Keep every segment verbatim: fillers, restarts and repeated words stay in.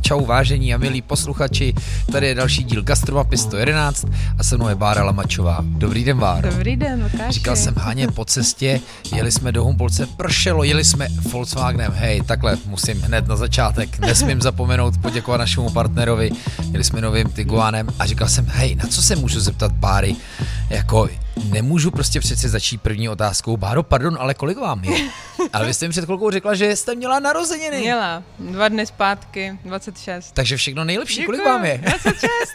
Čau vážení a milí posluchači, tady je další díl Gastromapy sto jedenáct a se mnou je Bára Lamačová. Dobrý den, Báro. Dobrý den, Lukáši. Říkal jsem Haně po cestě, jeli jsme do Humpolce, pršelo, jeli jsme Volkswagenem, hej, takhle musím hned na začátek, nesmím zapomenout poděkovat našemu partnerovi, jeli jsme novým Tiguanem a říkal jsem, hej, na co se můžu zeptat Báry, jako nemůžu prostě přeci začít první otázkou, Báro, pardon, ale kolik vám je? Ale vy jste mi před chvilkou řekla, že jste měla narozeniny. Měla, dva dny zpátky, dvacet šest. Takže všechno nejlepší, Děkuju, kolik vám je? dvacet šest.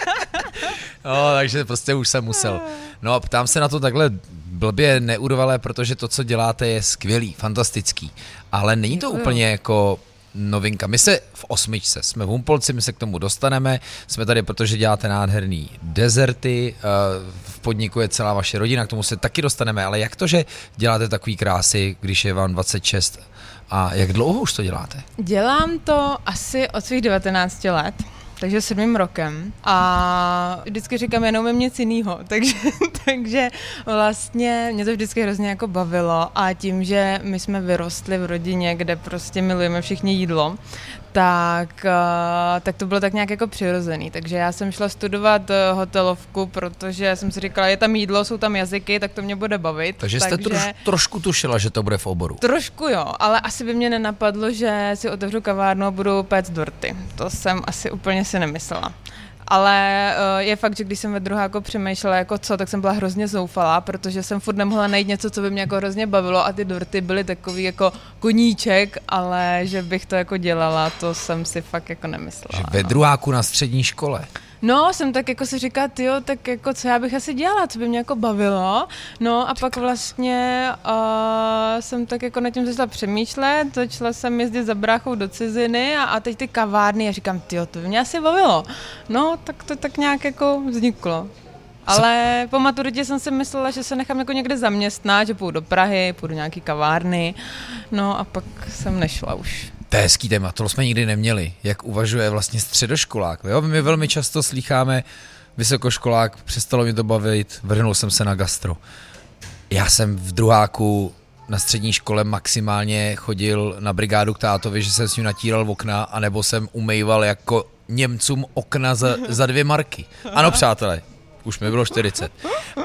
No, takže prostě už jsem musel. No a ptám se na to takhle blbě neurvalé, protože to, co děláte, je skvělý, fantastický. Ale není to Děkuju. úplně jako novinka. My se v osmičce, jsme v Humpolci, my se k tomu dostaneme. Jsme tady, protože děláte nádherný dezerty, v podniku je celá vaše rodina, k tomu se taky dostaneme. Ale jak to, že děláte takový krásy, když je vám dvacet šest? A jak dlouho už to děláte? Dělám to asi od svých devatenácti let, takže sedmým rokem a vždycky říkám, já neumím nic jinýho, takže, takže vlastně mě to vždycky hrozně jako bavilo a tím, že my jsme vyrostli v rodině, kde prostě milujeme všichni jídlo, tak, tak to bylo tak nějak jako přirozený, takže já jsem šla studovat hotelovku, protože jsem si říkala, je tam jídlo, jsou tam jazyky, tak to mě bude bavit. Takže jste takže... troš, trošku tušila, že to bude v oboru. Trošku jo, ale asi by mě nenapadlo, že si otevřu kavárnu a budu péct dorty. To jsem asi úplně si nemyslela. Ale uh, je fakt, že když jsem ve druháku přemýšlela jako co, tak jsem byla hrozně zoufalá, protože jsem furt nemohla najít něco, co by mě jako hrozně bavilo a ty dorty byly takový jako koníček, ale že bych to jako dělala, to jsem si fakt jako nemyslela. Že ve druháku na střední škole. No, jsem tak jako si říká, tyjo, tak jako co já bych asi dělala, co by mě jako bavilo. No a pak vlastně uh, jsem tak jako nad tím začala přemýšlet, začala jsem jezdit za bráchou do ciziny a, a teď ty kavárny a říkám, tyjo, to by mě asi bavilo. No, tak to tak nějak jako vzniklo. Ale po maturitě jsem si myslela, že se nechám jako někde zaměstnat, že půjdu do Prahy, půjdu nějaký kavárny, no a pak jsem nešla už. To je hezký téma, to jsme nikdy neměli, jak uvažuje vlastně středoškolák. Jo? My velmi často slýcháme vysokoškolák, přestalo mi to bavit, vrhnul jsem se na gastro. Já jsem v druháku na střední škole maximálně chodil na brigádu k tátovi, že jsem s ním natíral okna, anebo jsem umýval jako Němcům okna za, za dvě marky. Ano, přátelé, už mi bylo čtyřicet.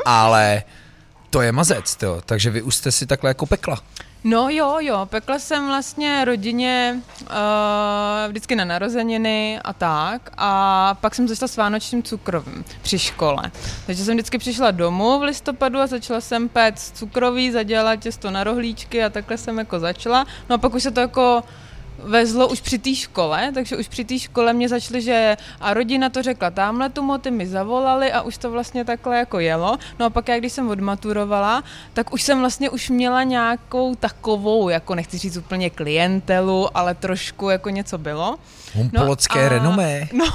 Ale to je mazec, to, takže vy už jste si takhle jako pekla. No jo, jo, pekla jsem vlastně rodině uh, vždycky na narozeniny a tak a pak jsem začala s vánočním cukrovým při škole. Takže jsem vždycky přišla domů v listopadu a začala jsem péct cukroví, zadělala těsto na rohlíčky a takhle jsem jako začala. No a pak už se to jako vezlo už při té škole, takže už při té škole mě začali, že a rodina to řekla tamhle tu moty mi zavolali a už to vlastně takhle jako jelo. No a pak já, když jsem odmaturovala, tak už jsem vlastně už měla nějakou takovou, jako nechci říct úplně klientelu, ale trošku jako něco bylo. Humpolocké no renomé. No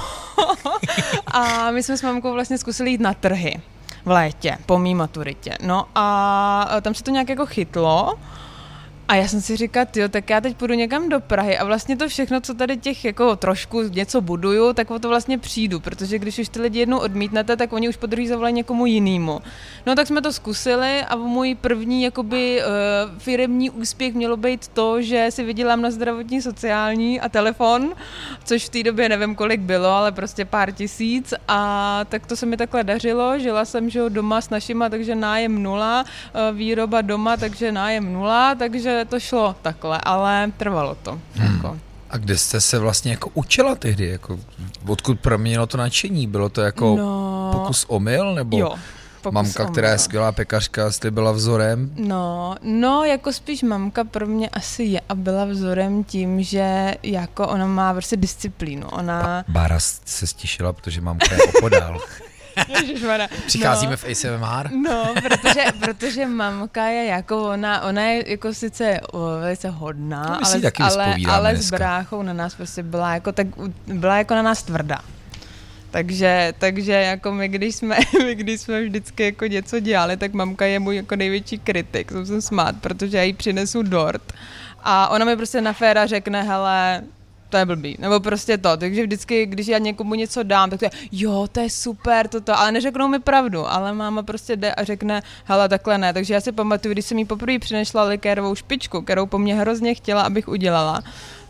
a my jsme s mamkou vlastně zkusili jít na trhy v létě, po mý maturitě. No a tam se to nějak jako chytlo. A já jsem si říkala, tyjo, tak já teď půjdu někam do Prahy a vlastně to všechno, co tady těch jako trošku něco buduju, tak o to vlastně přijdu, protože když už ty lidi jednou odmítnete, tak oni už podruhý zavolají někomu jinému. No tak jsme to zkusili a můj první jakoby uh, firemní úspěch mělo být to, že si vydělám na zdravotní sociální a telefon, což v té době nevím, kolik bylo, ale prostě pár tisíc a tak to se mi takhle dařilo, žila jsem že doma s našima, takže nájem nula, uh, výroba doma, takže nájem nula, takže to šlo takhle, ale trvalo to. Hmm. Jako. A kde jste se vlastně jako učila tehdy? Jako, odkud proměnilo to nadšení? Bylo to jako no, pokus omyl? Nebo jo, pokus mamka, omyl. která je skvělá pekařka, jestli byla vzorem? No, no, jako spíš mamka pro mě asi je a byla vzorem tím, že jako ona má prostě disciplínu. Ona... Ba- Bára se stišila, protože mamka je opodál. Ježišmarja. Přicházíme no, v A S M R? No, protože, protože mamka je jako ona, ona je jako sice velice hodná, ale, ale, ale s bráchou na nás prostě byla jako, tak, byla jako na nás tvrdá. Takže, takže jako my, když jsme, my, když jsme vždycky jako něco dělali, tak mamka je můj jako největší kritik, jsem se smát, protože já jí přinesu dort a ona mi prostě na féra řekne, hele, to je blbý, nebo prostě to, takže vždycky, když já někomu něco dám, tak to je, jo, to je super, toto, ale neřeknou mi pravdu, ale máma prostě jde a řekne, hele, takhle ne, takže já si pamatuju, když jsem jí poprvé přinesla likérovou špičku, kterou po mně hrozně chtěla, abych udělala,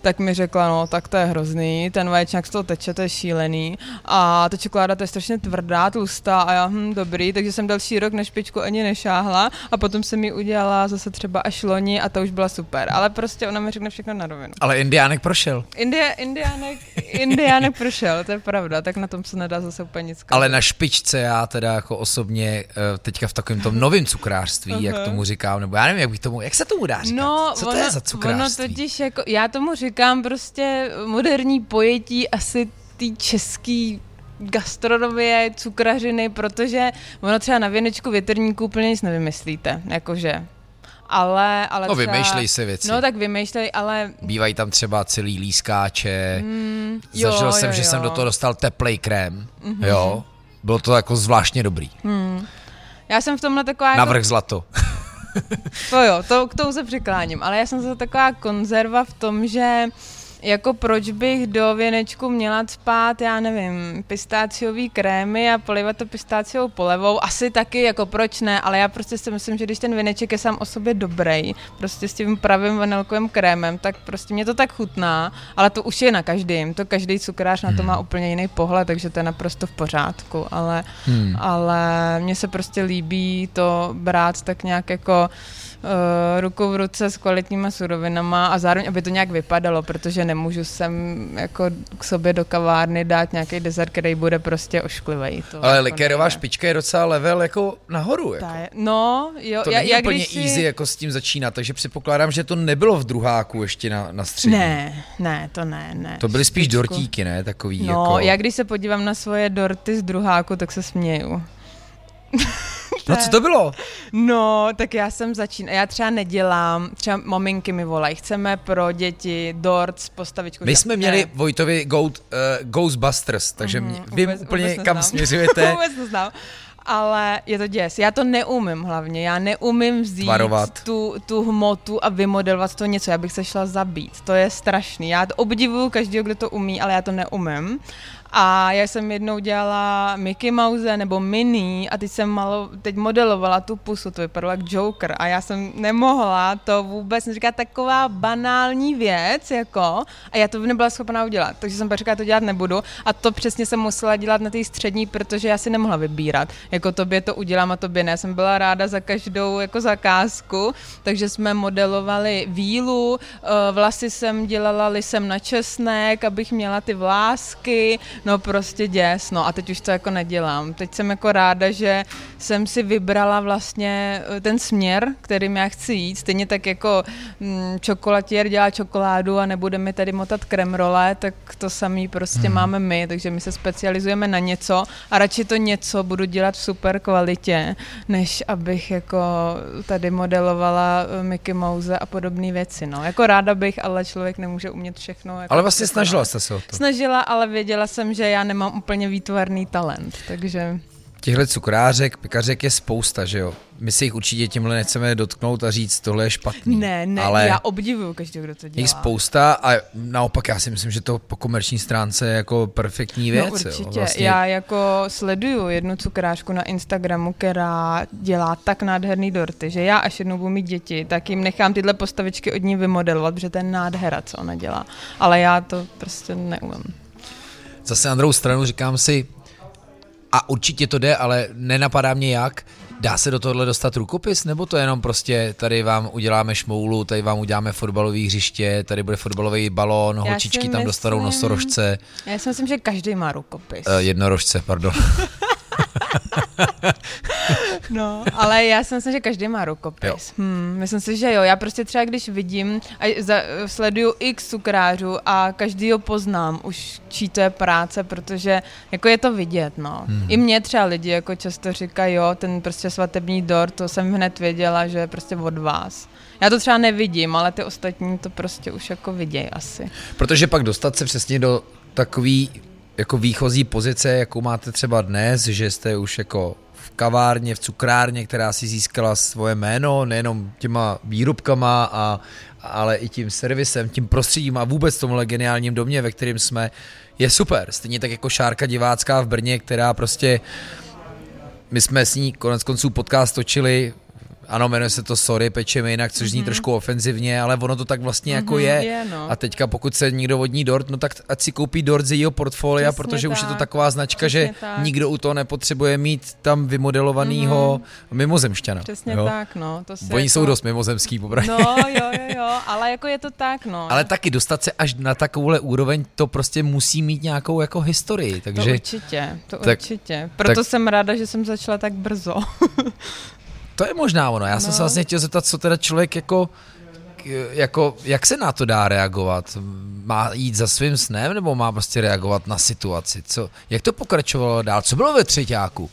tak mi řekla, no tak to je hrozný, ten vaječňák z toho teče, to je šílený a ta čokoláda to je strašně tvrdá, tlustá a já, hm, dobrý, takže jsem další rok na špičku ani nešáhla a potom jsem mi udělala zase třeba až loni a to už byla super, ale prostě ona mi řekne všechno na rovinu. Ale indiánek prošel. India, indiánek, indiánek prošel, to je pravda, tak na tom se nedá zase úplně nic kazat. Ale na špičce já teda jako osobně teďka v takovém tom novém cukrářství, jak tomu říkám, nebo já nevím, jak bych tomu, jak se tomu dá říkat? No, co to ono, je za cukrářství? Ono totiž jako, já tomu říkám prostě moderní pojetí asi té český gastronomie, cukrařiny, protože ono třeba na věnečku větrníků úplně nic nevymyslíte, jakože. Ale, ale no třeba, vymýšlej si věci. No tak vymýšlej, ale... Bývají tam třeba celý lískáče, mm, jo, zažil jsem, jo, že jo. jsem do toho dostal teplej krém, mm-hmm. jo, bylo to jako zvláštně dobrý. Mm. Já jsem v tomhle taková... Navrch jako... zlato. To jo, to, k tomu se přikláním, ale já jsem zase taková konzerva v tom, že jako proč bych do věnečku měla cpát, já nevím, pistáciový krémy a polivat to pistáciovou polevou, asi taky, jako proč ne, ale já prostě si myslím, že když ten věneček je sám o sobě dobrý, prostě s tím pravým vanilkovým krémem, tak prostě mě to tak chutná, ale to už je na každým, to každý cukrář na to má úplně jiný pohled, takže to je naprosto v pořádku, ale, hmm. ale mně se prostě líbí to brát tak nějak jako Uh, ruku v ruce s kvalitníma surovinama a zároveň, aby to nějak vypadalo, protože nemůžu sem jako k sobě do kavárny dát nějaký dezert, který bude prostě ošklivý. To ale jako likérová nejde. špička je docela level jako nahoru. Jako. Je, no, jo. To já, není já, úplně si... easy jako s tím začínat, takže předpokládám, že to nebylo v druháku ještě na, na střední. Ne, ne, to ne, ne. To byly spíš Špičku. dortíky, ne? Takový no, jako... já když se podívám na svoje dorty z druháku, tak se směju. No co to bylo? No, tak já jsem začínala, já třeba nedělám, třeba maminky mi volají, chceme pro děti dort s postavičkou. My jsme měli ne. Vojtovi Goat, uh, Ghostbusters, takže mm, mě, vím vůbec, úplně, vůbec kam směřujete. Vůbec neznám. Ale je to děs. Já to neumím hlavně. Já neumím vzít tu, tu hmotu a vymodelovat to něco. Já bych se šla zabít. To je strašný. Já to obdivuju každého, kdo to umí, ale já to neumím. A já jsem jednou dělala Mickey Mouse nebo Minnie a teď jsem malo, teď modelovala tu pusu, to vypadalo jak Joker a já jsem nemohla to vůbec, jsem říkala taková banální věc, jako, a já to nebyla schopná udělat, takže jsem pak říkala, to dělat nebudu a to přesně jsem musela dělat na té střední, protože já si nemohla vybírat, jako tobě to udělám a tobě ne, já jsem byla ráda za každou jako zakázku, takže jsme modelovali vílu, vlasy jsem dělala lisem na česnek, abych měla ty vlásky. No prostě děs, no a teď už to jako nedělám. Teď jsem jako ráda, že jsem si vybrala vlastně ten směr, kterým já chci jít. Stejně tak jako mm, čokolatier dělá čokoládu a nebude mi tady motat kremrole, tak to samý prostě hmm. máme my, takže my se specializujeme na něco a radši to něco budu dělat v super kvalitě, než abych jako tady modelovala Mickey Mouse a podobné věci, no. Jako ráda bych, ale člověk nemůže umět všechno. Jako ale vlastně snažila jste se o to. Snažila, ale věděla jsem, že já nemám úplně výtvarný talent, takže... Těchhle cukrářek, pekařek je spousta, že jo? My si jich určitě tímhle nechceme dotknout a říct, tohle je špatný. Ne, ne, ale já obdivuju každého, kdo to dělá. Je spousta a naopak já si myslím, že to po komerční stránce je jako perfektní věc. No určitě, jo? Vlastně... já jako sleduju jednu cukrářku na Instagramu, která dělá tak nádherný dorty, že já až jednou budu mít děti, tak jim nechám tyhle postavičky od ní vymodelovat, protože to je nádhera, co ona dělá. Ale já to prostě neumím. Zase na druhou stranu říkám si, a určitě to jde, ale nenapadá mě jak, dá se do tohohle dostat rukopis, nebo to jenom prostě tady vám uděláme šmoulu, tady vám uděláme fotbalové hřiště, tady bude fotbalový balón, já holčičky tam myslím, dostanou nosorožce. Já si myslím, že každý má rukopis. Uh, jednorožce, pardon. No, ale já si myslím, že každý má rukopis. Hmm, myslím si, že jo. Já prostě třeba, když vidím a za, sleduju x cukrářů a každýho poznám už, čí to je práce, protože jako je to vidět, no. Hmm. I mě třeba lidi jako často říkají, jo, ten prostě svatební dort, to jsem hned věděla, že je prostě od vás. Já to třeba nevidím, ale ty ostatní to prostě už jako vidějí asi. Protože pak dostat se přesně do takový jako výchozí pozice, jakou máte třeba dnes, že jste už jako v kavárně, v cukrárně, která si získala svoje jméno, nejenom těma výrobkama, a, ale i tím servisem, tím prostředím a vůbec tomhle geniálním domě, ve kterém jsme, je super. Stejně tak jako Šárka Divácká v Brně, která prostě, my jsme s ní konec konců podcast točili ano, jmenuje se to sorry, pečeme jinak, což zní mm-hmm. trošku ofenzivně, ale ono to tak vlastně mm-hmm, jako je. je no. A teďka pokud se někdo vodní dort, no tak ať si koupí dort z jejího portfolia, přesně protože tak, už je to taková značka, že tak. Nikdo u toho nepotřebuje mít tam vymodelovanýho mm-hmm. mimozemšťana. Přesně jo? tak, no. To Oni jako... jsou dost mimozemský, popravdě. No, jo, jo, jo, ale jako je to tak, no. Ale taky dostat se až na takovouhle úroveň, to prostě musí mít nějakou jako historii, takže... To určitě, to tak, určitě. Proto tak... jsem ráda, že jsem začala tak brzo. To je možná ono. Já no. jsem se vlastně chtěl zeptat, co teda člověk jako, jako, jak se na to dá reagovat? Má jít za svým snem, nebo má prostě reagovat na situaci? Co, jak to pokračovalo dál? Co bylo ve třeťáku?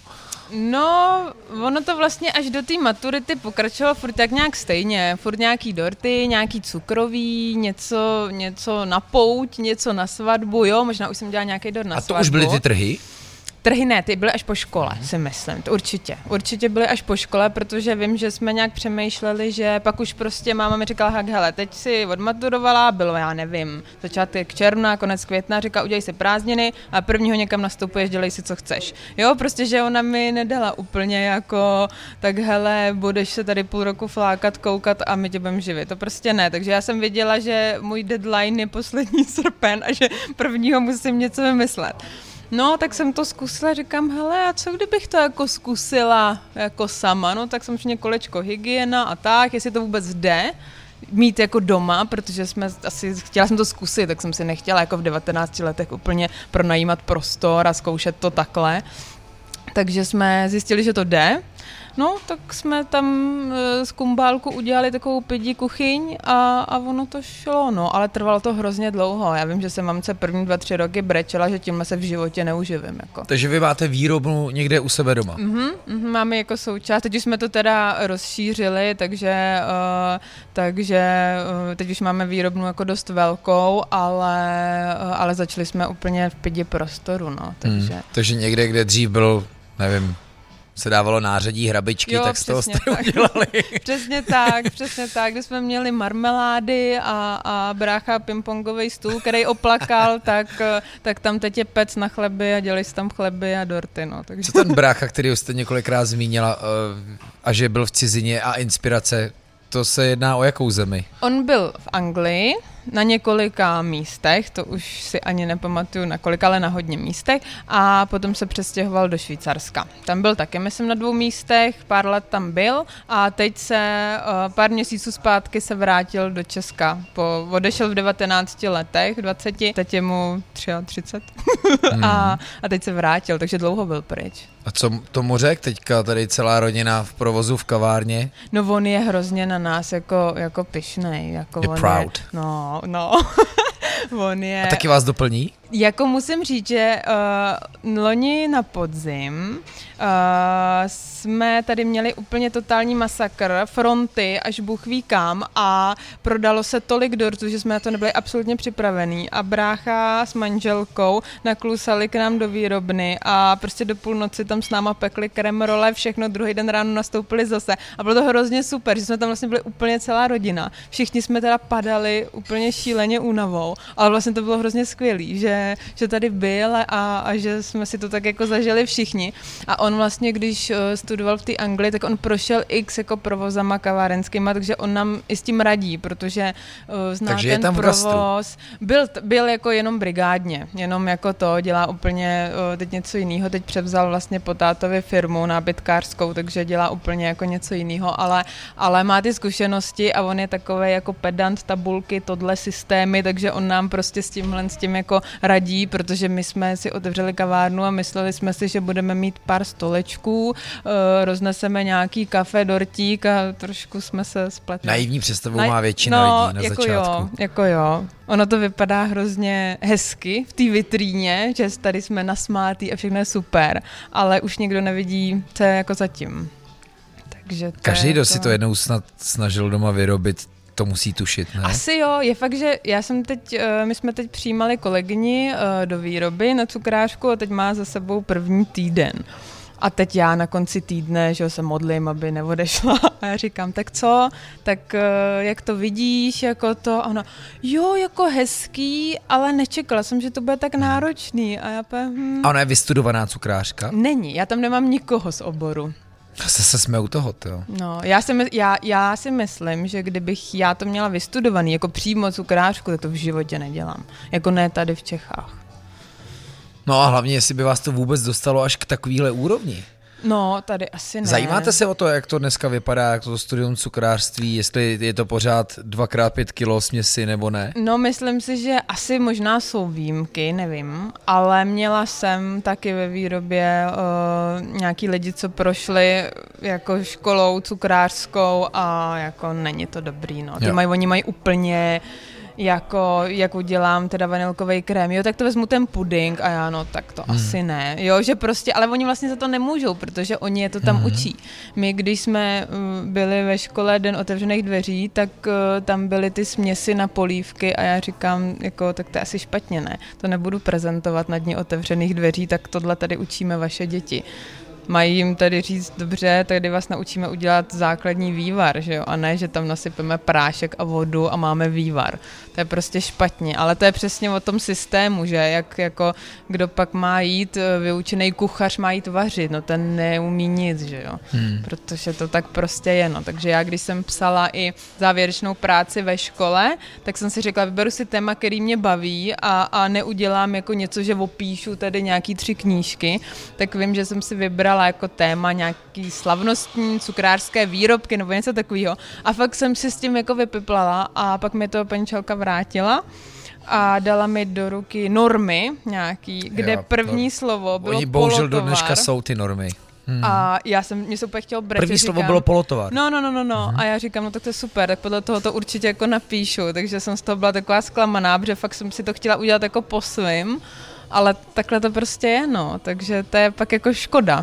No, ono to vlastně až do té maturity pokračovalo furt tak nějak stejně. Furt nějaký dorty, nějaký cukroví, něco, něco na pouť, něco na svatbu, jo, možná už jsem dělala nějaký dort na A to svatbu. už byly ty trhy? Trhy ne, ty byly až po škole, si myslím, to určitě. Určitě byly až po škole, protože vím, že jsme nějak přemýšleli, že pak už prostě máma mi říkala, tak hele, teď si odmaturovala, bylo, já nevím, začátek června, konec května, říká, udělej si prázdniny a prvního někam nastupuješ, dělej si, co chceš. Jo, prostě, že ona mi nedala úplně jako, tak hele, budeš se tady půl roku flákat, koukat a my tě budeme živit. To prostě ne, takže já jsem věděla, že můj deadline je poslední srpen a že prvního musím něco vymyslet. No, tak jsem to zkusila, říkám, hele, a co kdybych to jako zkusila jako sama, no, tak jsem šla kolečko hygiena a tak, jestli to vůbec jde mít jako doma, protože jsme asi, chtěla jsem to zkusit, tak jsem si nechtěla jako v devatenácti letech úplně pronajímat prostor a zkoušet to takhle, takže jsme zjistili, že to jde. No, tak jsme tam z kumbálku udělali takovou pidi kuchyň a, a ono to šlo, no, ale trvalo to hrozně dlouho. Já vím, že jsem mamce první dva, tři roky brečela, že tímhle se v životě neuživím, jako. Takže vy máte výrobnu někde u sebe doma? Mhm, mhm, máme jako součást, teď už jsme to teda rozšířili, takže, uh, takže uh, teď už máme výrobnu jako dost velkou, ale, uh, ale začali jsme úplně v pidi prostoru, no, takže. Hmm, takže někde, kde dřív byl, nevím, se dávalo nářadí hrabičky, jo, tak z toho jste tak udělali. Přesně tak, přesně tak. Když jsme měli marmelády a, a brácha pingpongový stůl, který oplakal, tak, tak tam teď je pec na chleby a dělali si tam chleby a dorty. No, takže. Co ten brácha, který jste několikrát zmínila a že byl v cizině a inspirace, to se jedná o jakou zemi? On byl v Anglii, na několika místech, to už si ani nepamatuju na kolik, ale na hodně místech a potom se přestěhoval do Švýcarska. Tam byl taky, myslím, na dvou místech, pár let tam byl a teď se uh, pár měsíců zpátky se vrátil do Česka. Po, odešel v devatenácti letech, dvaceti, teď je mu třicet tři hmm. a, a teď se vrátil, takže dlouho byl pryč. A co tomu řekl teďka tady celá rodina v provozu v kavárně? No on je hrozně na nás jako, jako pyšnej. Jako je on proud. Je, no, no. On je... A taky vás doplní? Jako musím říct, že uh, loni na podzim uh, jsme tady měli úplně totální masakr, fronty až Bůh ví kam a prodalo se tolik dortů, že jsme na to nebyli absolutně připravení a brácha s manželkou naklusali k nám do výrobny a prostě do půlnoci tam s náma pekli kremrole, všechno, druhý den ráno nastoupili zase a bylo to hrozně super, že jsme tam vlastně byli úplně celá rodina. Všichni jsme teda padali úplně šíleně únavou, ale vlastně to bylo hrozně skvělý, že že tady byl a, a že jsme si to tak jako zažili všichni. A on vlastně, když studoval v té Anglii, tak on prošel x jako provozama kavárenskýma, takže on nám i s tím radí, protože uh, zná takže ten je tam provoz. Byl, byl jako jenom brigádně, jenom jako to, dělá úplně uh, teď něco jiného. Teď převzal vlastně po tátovi firmu nábytkářskou, takže dělá úplně jako něco jiného, ale, ale má ty zkušenosti a on je takový jako pedant, tabulky, tohle systémy, takže on nám prostě s tímhle s tím jako radí, protože my jsme si otevřeli kavárnu a mysleli jsme si, že budeme mít pár stolečků, rozneseme nějaký kafe, dortík a trošku jsme se spletli. Naivní představu Na... má většina no, lidí na jako začátku. Jo, jako jo. Ono to vypadá hrozně hezky v té vitríně, že tady jsme nasmátý a všechno je super, ale už nikdo nevidí, co je jako zatím. Takže každý, kdo to... si to jednou snad snažil doma vyrobit, to musí tušit, ne? Asi jo, je fakt, že já jsem teď, my jsme teď přijímali kolegyni do výroby na cukrářku a teď má za sebou první týden. A teď já na konci týdne, že se modlím, aby neodešla a já říkám, tak co, tak jak to vidíš, jako to, a ona, jo, jako hezký, ale nečekala jsem, že to bude tak náročný a já pe, hm. A ona je vystudovaná cukrářka? Není, já tam nemám nikoho z oboru. Zase se jsme u toho, jo. No, já si, my, já, já si myslím, že kdybych já to měla vystudovaný, jako přímo cukrářku, tak to v životě nedělám. Jako ne tady v Čechách. No a hlavně, jestli by vás to vůbec dostalo až k takovýhle úrovni. No, tady asi ne. Zajímáte se o to, jak to dneska vypadá, jak to studium cukrářství, jestli je to pořád dvakrát pět kilo směsi nebo ne? No, myslím si, že asi možná jsou výjimky, nevím, ale měla jsem taky ve výrobě uh, nějaký lidi, co prošli jako školou cukrářskou a jako není to dobrý, no. Ty mají, oni mají úplně jako, jak udělám teda vanilkový krém, jo, tak to vezmu ten puding a já, no, tak to hmm. asi ne, jo, že prostě, ale oni vlastně za to nemůžou, protože oni je to tam hmm. učí. My, když jsme uh, byli ve škole Den otevřených dveří, tak uh, tam byly ty směsi na polívky a já říkám, jako, tak to je asi špatně, ne, to nebudu prezentovat na Dni otevřených dveří, tak tohle tady učíme vaše děti. Mají jim tady říct, dobře, tady vás naučíme udělat základní vývar, že jo, a ne, že tam nasypeme prášek a vodu a máme vývar. To je prostě špatně, ale to je přesně o tom systému, že jak jako kdo pak má jít, vyučený kuchař má jít vařit, no ten neumí nic, že jo, hmm. protože to tak prostě je, no. Takže já, když jsem psala i závěrečnou práci ve škole, tak jsem si řekla, vyberu si téma, který mě baví a, a neudělám jako něco, že opíšu tady nějaký tři knížky, tak vím, že jsem si vybrala jako téma nějaký slavnostní cukrářské výrobky nebo něco takového. A fakt jsem si s tím jako vypiplala a pak mi to paní čelka vrátila a dala mi do ruky normy nějaký, kde jo, první to, slovo bylo oni bohužel polotovar. Do dneška jsou ty normy. Hmm. A já jsem, mě se úplně chtěl brečet. První slovo bylo polotovar. No, no, no, no, no. Hmm. A já říkám, no tak to je super, tak podle toho to určitě jako napíšu. Takže jsem z toho byla taková zklamaná, protože fakt jsem si to chtěla udělat jako po svým, ale takhle to prostě je, no. Takže to je pak jako škoda.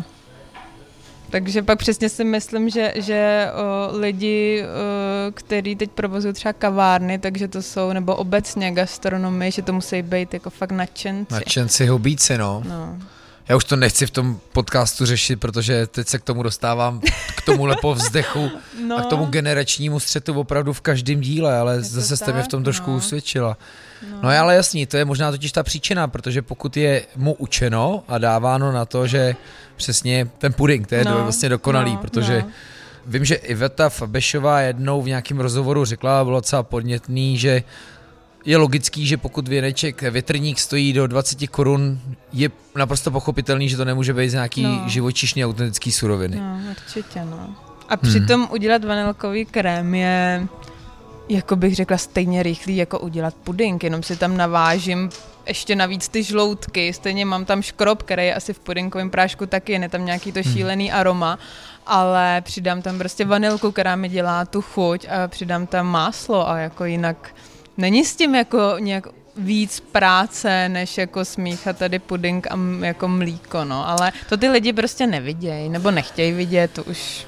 Takže pak přesně si myslím, že, že o, lidi, o, kteří teď provozují třeba kavárny, takže to jsou, nebo obecně gastronomii, že to musí být jako fakt nadšenci. Nadšenci, hobíci, no. no. Já už to nechci v tom podcastu řešit, protože teď se k tomu dostávám, k tomuhle povzdechu no. a k tomu generačnímu střetu opravdu v každém díle, ale zase jste mě v tom trošku no. usvědčila. No. no ale jasný, to je možná totiž ta příčina, protože pokud je mu učeno a dáváno na to, že přesně ten puding, to je no. vlastně dokonalý, no. protože no. vím, že Iveta Fabešová jednou v nějakém rozhovoru řekla, bylo docela podnětný, že je logický, že pokud věneček, větrník stojí do dvacet korun, je naprosto pochopitelný, že to nemůže být z nějaký no. živočišný autentický suroviny. No, určitě, no. A přitom hmm. udělat vanilkový krém je, jako bych řekla, stejně rychlý, jako udělat puding, jenom si tam navážím ještě navíc ty žloutky, stejně mám tam škrob, který je asi v pudingovém prášku taky, je tam nějaký to šílený hmm. aroma, ale přidám tam prostě vanilku, která mi dělá tu chuť a přidám tam máslo a jako jinak není s tím jako nějak víc práce, než jako smíchat tady puding a m, jako mlíko, no, ale to ty lidi prostě nevidějí, nebo nechtějí vidět, to už,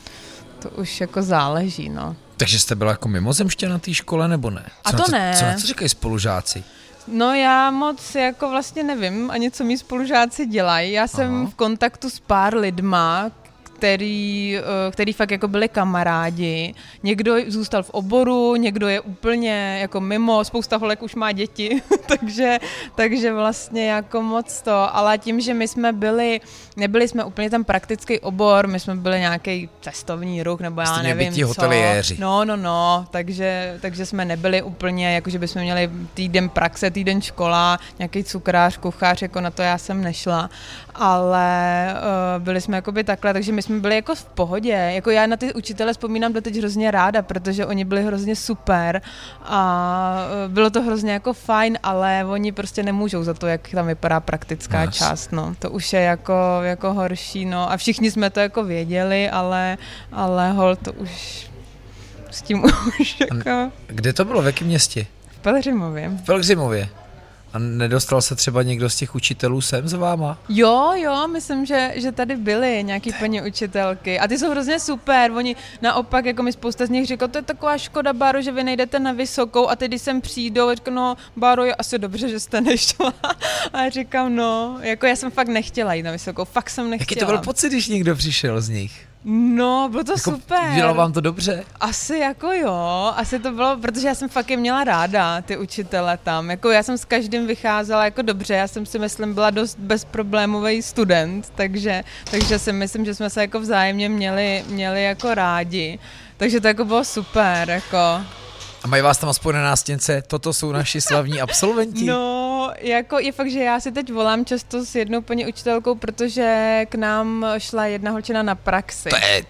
to už jako záleží, no. Takže jste byla jako mimozemště na té škole, nebo ne? Co a to co, ne. Co na to říkají spolužáci? No já moc jako vlastně nevím ani, co mý spolužáci dělají. Já jsem Aha. v kontaktu s pár lidma, který, který fakt jako byli kamarádi. Někdo zůstal v oboru, někdo je úplně jako mimo, spousta holek už má děti, takže, takže vlastně jako moc to, ale tím, že my jsme byli, nebyli jsme úplně tam praktický obor, my jsme byli nějaký cestovní ruch, nebo já Jste nevím co. hoteliéři. No, no, no, takže, takže jsme nebyli úplně, jako že bychom měli týden praxe, týden škola, nějaký cukrář, kuchař, jako na to já jsem nešla, ale uh, byli jsme jakoby takhle, takže my jsme byli jako v pohodě. Jako já na ty učitele vzpomínám doteď hrozně ráda, protože oni byli hrozně super a bylo to hrozně jako fajn, ale oni prostě nemůžou za to, jak tam vypadá praktická yes. část, no. To už je jako, jako horší, no. A všichni jsme to jako věděli, ale, ale hol to už s tím už jako... Kde to bylo? V jakém městě? V Pelhřimově. V Pelhřimově. A nedostal se třeba někdo z těch učitelů sem za váma? Jo, jo, myslím, že, že tady byly nějaký paní učitelky a ty jsou hrozně super, oni naopak, jako mi spousta z nich říkal, to je taková škoda, Báro, že vy nejdete na vysokou a teď, když sem přijdou, říkám, no, Báro, je asi dobře, že jste nešla a já říkám, no, jako já jsem fakt nechtěla jít na vysokou, fakt jsem nechtěla. Jaký to byl pocit, když někdo přišel z nich? No, bylo to jako super. Dělalo vám to dobře? Asi jako jo, asi to bylo, protože já jsem fakt je měla ráda, ty učitele tam. Jako já jsem s každým vycházela jako dobře, já jsem si myslím byla dost bezproblémový student, takže, takže si myslím, že jsme se jako vzájemně měli, měli jako rádi. Takže to jako bylo super, jako. A mají vás tam aspoň na nástěnce, toto jsou naši slavní absolventi? No, jako je fakt, že já si teď volám často s jednou paní učitelkou, protože k nám šla jedna holčina na praxi. To je,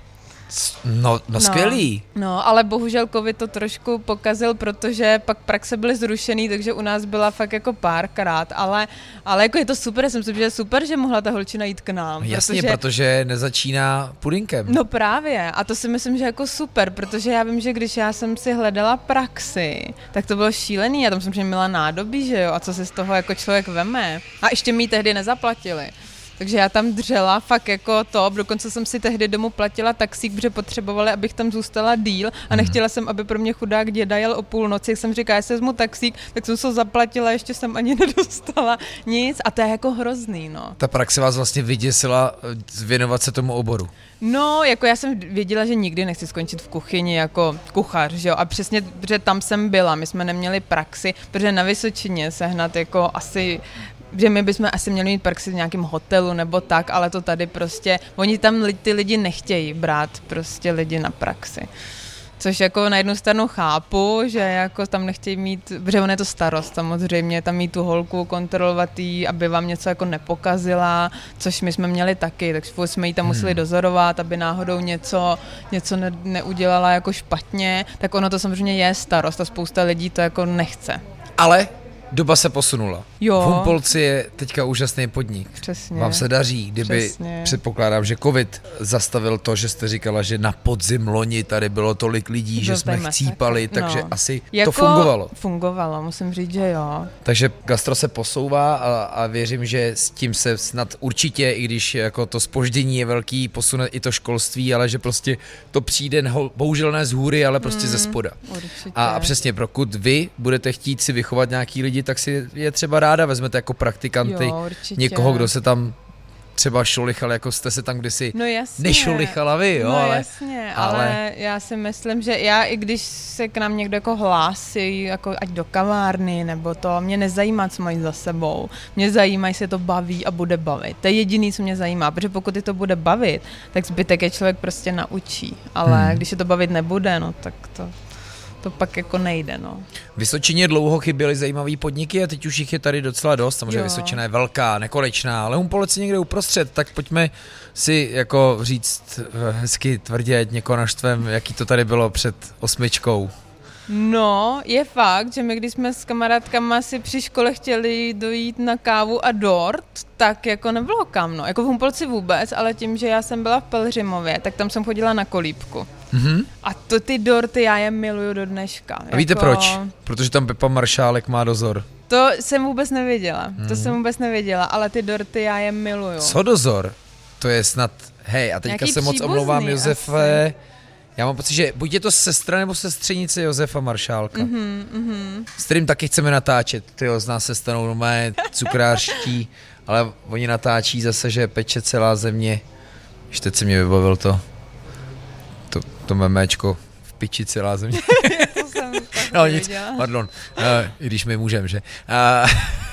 no, no skvělý. No, no, ale bohužel covid to trošku pokazil, protože pak praxe byly zrušený, takže u nás byla fakt jako párkrát, ale, ale jako je to super, já jsem si, že je super, že mohla ta holčina jít k nám. Jasně, protože, protože nezačíná pudinkem. No právě, a to si myslím, že jako super, protože já vím, že když já jsem si hledala praxi, tak to bylo šílený, já tam jsem měla nádobí, že jo, a co se z toho jako člověk veme. A ještě mi ji tehdy nezaplatili. Takže já tam dřela fakt jako to, dokonce jsem si tehdy domů platila taxík, protože potřebovali, abych tam zůstala díl a nechtěla jsem, aby pro mě chudák děda jel o půlnoci, jak jsem říkala, jestli vezmu taxík, tak jsem se zaplatila, ještě jsem ani nedostala nic a to je jako hrozný, no. Ta praxe vás vlastně vyděsila věnovat se tomu oboru. No, jako já jsem věděla, že nikdy nechci skončit v kuchyni jako kuchař, že jo, a přesně, protože tam jsem byla, my jsme neměli praxi, protože na Vysočině sehnat jako asi že my bychom asi měli mít praxi v nějakém hotelu nebo tak, ale to tady prostě, oni tam ty lidi nechtějí brát prostě lidi na praxi. Což jako na jednu stranu chápu, že jako tam nechtějí mít, protože on je to starost samozřejmě, tam mít tu holku, kontrolovat jí, aby vám něco jako nepokazila, což my jsme měli taky, takže jsme jí tam museli dozorovat, aby náhodou něco, něco ne, neudělala jako špatně, tak ono to samozřejmě je starost a spousta lidí to jako nechce. Ale doba se posunula. Jo. V Humpolci je teďka úžasný podnik. Přesně. Vám se daří, kdyby, Přesně. předpokládám, že covid zastavil to, že jste říkala, že na podzim loni tady bylo tolik lidí, Byl že jsme masakr. chcípali, takže no. asi jako to fungovalo. Fungovalo, musím říct, že jo. Takže gastro se posouvá a, a věřím, že s tím se snad určitě, i když jako to zpoždění je velký, posune i to školství, ale že prostě to přijde bohužel ne z hůry, ale prostě mm, ze spoda. Určitě. A, a přesně, pokud vy budete chtít si vychovat nějaký lidi, tak si je třeba ráda vezmete jako praktikanty jo, někoho, kdo se tam třeba šolichal, jako jste se tam kdysi no nešolichala vy, jo, no ale, jasně, ale... ale já si myslím, že já i když se k nám někdo jako hlásí, jako ať do kavárny nebo to, mě nezajímá, co mají za sebou, mě zajímá, jestli to baví a bude bavit, to je jediný, co mě zajímá, protože pokud je to bude bavit, tak zbytek je člověk prostě naučí, ale hmm. když je to bavit nebude, no tak to... To pak jako nejde, no. Vysočině dlouho chyběly zajímavý podniky a teď už jich je tady docela dost. Samozřejmě Vysočina je velká, nekonečná, ale Humpolec je někde uprostřed, tak pojďme si jako říct hezky tvrdě, ať někoho naštvem, jaký to tady bylo před osmičkou. No, je fakt, že my když jsme s kamarádkama si při škole chtěli dojít na kávu a dort, tak jako nebylo kam, no. Jako v Humpolci vůbec, ale tím, že já jsem byla v Pelhřimově, tak tam jsem chodila na kolíbku. Mm-hmm. A to ty dorty já je miluju do dneška. A víte jako... proč? Protože tam Pepa Maršálek má dozor. To jsem vůbec nevěděla, mm. to Mhm. jsem vůbec nevěděla, ale ty dorty já je miluju. Co dozor? To je snad, hej, a teďka Nějaký se moc příbuzný omlouvám, Josefe. asi. Já mám pocit, že buď je to sestra nebo sestřenice Josefa Maršálka, Mm-hmm, mm-hmm. s kterým taky chceme natáčet. Tyjo, z nás se stanou normálně cukrářští, ale oni natáčí zase, že peče celá země. Už teď se mě vybavil to, to, to meméčko v piči celá země. To jsem No nic, pardon, uh, i když my můžeme, že? Uh,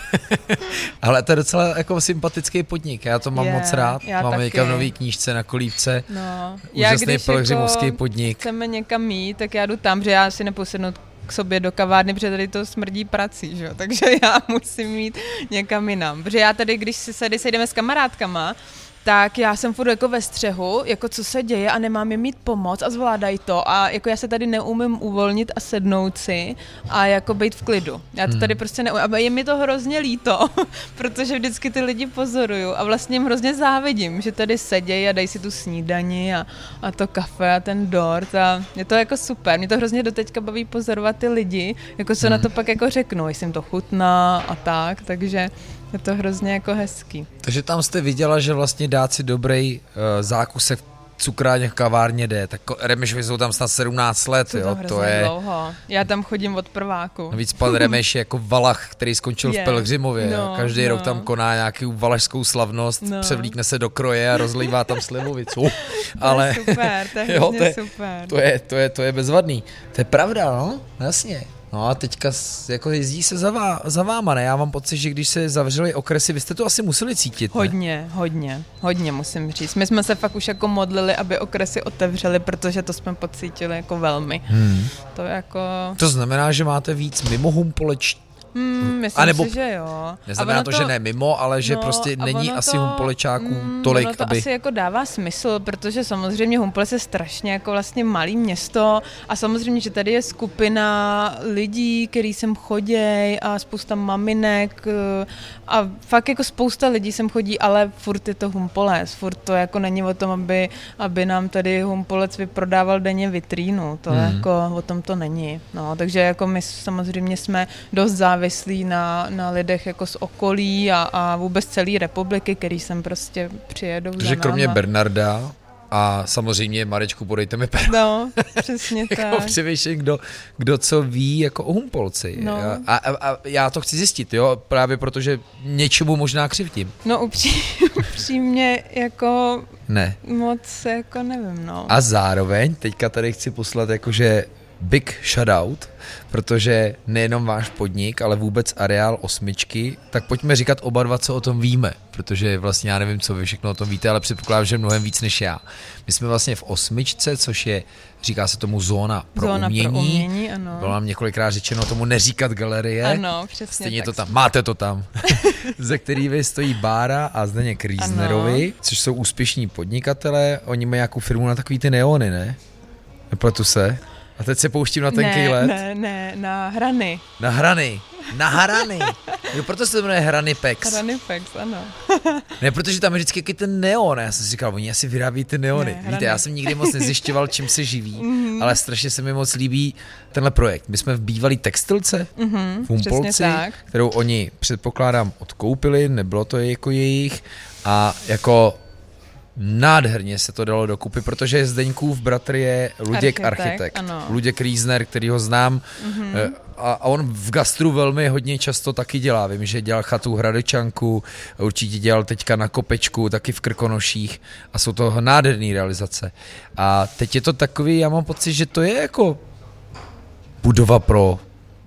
ale to je docela jako sympatický podnik, já to mám je, moc rád. Máme někam v nový knížce na Kolívce, no. úžasný pelhřimovský jako podnik. Chceme někam jít, tak já jdu tam, že já si neposednu k sobě do kavárny, protože tady to smrdí prací, že? Takže já musím jít někam jinam. Protože já tady, když si tady sejdeme s kamarádkama, tak já jsem furt jako ve střehu, jako co se děje a nemám jim mít pomoc a zvládají to a jako já se tady neumím uvolnit a sednout si a jako být v klidu. Já to tady prostě neumím a je mi to hrozně líto, protože vždycky ty lidi pozoruju a vlastně jim hrozně závidím, že tady sedějí a dají si tu snídani a, a to kafe a ten dort a je to jako super. Mě to hrozně doteďka baví pozorovat ty lidi, jako co hmm. na to pak jako řeknou, jestli jim to chutná a tak, takže je to hrozně jako hezký. Takže tam jste viděla, že vlastně dát si dobrý uh, zákusek cukrárně v kavárně jde, tak Remešovi jsou tam snad sedmnáct let, to jo, to je... dlouho. Já tam chodím od prváku. Navíc pan Remeš je jako Valach, který skončil je. v Pelhřimově, no, každý no. rok tam koná nějakou valašskou slavnost, no. převlíkne se do kroje a rozlívá tam slivovicu. Ale... To je super, to je jo, to je, super. To je, to, je, to je bezvadný. To je pravda, no, jasně. No a teďka jako jezdí se za, vá, za váma, ne? Já mám pocit, že když se zavřely okresy, vy jste to asi museli cítit, ne? Hodně, hodně, hodně musím říct. My jsme se fakt už jako modlili, aby okresy otevřely, protože to jsme pocítili jako velmi. Hmm. To jako... To znamená, že máte víc mimo humpoleč... Hmm, myslím a nebo, si, že jo. Neznamená to, to, že ne mimo, ale že no, prostě není asi to, humpoličáků mm, tolik, ono to aby... asi jako dává smysl, protože samozřejmě Humpolec je strašně jako vlastně malý město a samozřejmě, že tady je skupina lidí, který sem choděj a spousta maminek a fakt jako spousta lidí sem chodí, ale furt je to Humpolec, furt to jako není o tom, aby, aby nám tady Humpolec vyprodával denně vitrínu, to hmm. jako o tom to není. No, takže jako my samozřejmě jsme dost závislí závislí na, na lidech jako z okolí a, a vůbec celé republiky, který sem prostě přijedou za náma. Kromě Bernarda a samozřejmě Marečku, podejte mi pero. No, přesně tak. Jako přemýšlím, kdo, kdo co ví jako o Humpolci. No. A, a, a já to chci zjistit, jo, právě protože něčemu možná křivdím. No upří, upřímně jako ne. moc jako nevím, no. A zároveň teďka tady chci poslat jakože big shoutout, protože nejenom váš podnik, ale vůbec areál osmičky, tak pojďme říkat oba dva, co o tom víme, protože vlastně já nevím, co vy všechno o tom víte, ale předpokládám, že mnohem víc než já. My jsme vlastně v osmičce, což je, říká se tomu zóna pro zóna umění. Pro umění, ano. Bylo nám několikrát řečeno tomu neříkat galerie. Ano, přesně. Stejně tak to tam, máte to tam. Ze kterými stojí Bára a Zdeněk Riesnerovi, což jsou úspěšní podnikatelé. Oni mají nějakou firmu na takový ty neony, ne? Nepletu se. A teď se pouštím na tenký ne, led. Ne, ne, na hrany. Na hrany. Na hrany. Jo, proto se to jmenuje Hranypex. Hranypex, ano. Ne, protože tam je vždycky jaký ten neon. Já jsem si říkal, oni asi vyrábí ty neony. Ne, víte, já jsem nikdy moc nezjišťoval, čím se živí, mm-hmm. ale strašně se mi moc líbí tenhle projekt. My jsme v bývalý textilce mm-hmm, v Humpolci, kterou oni, předpokládám, odkoupili, nebylo to jako jejich a jako... Nádherně se to dalo dokupy, protože Zdeňkův bratr je Luděk architekt. architekt. Luděk Riesner, který ho znám mm-hmm. a, a on v gastru velmi hodně často taky dělá. Vím, že dělal chatu Hradečanku, určitě dělal teďka na Kopečku, taky v Krkonoších a jsou to nádherné realizace. A teď je to takový, já mám pocit, že to je jako budova pro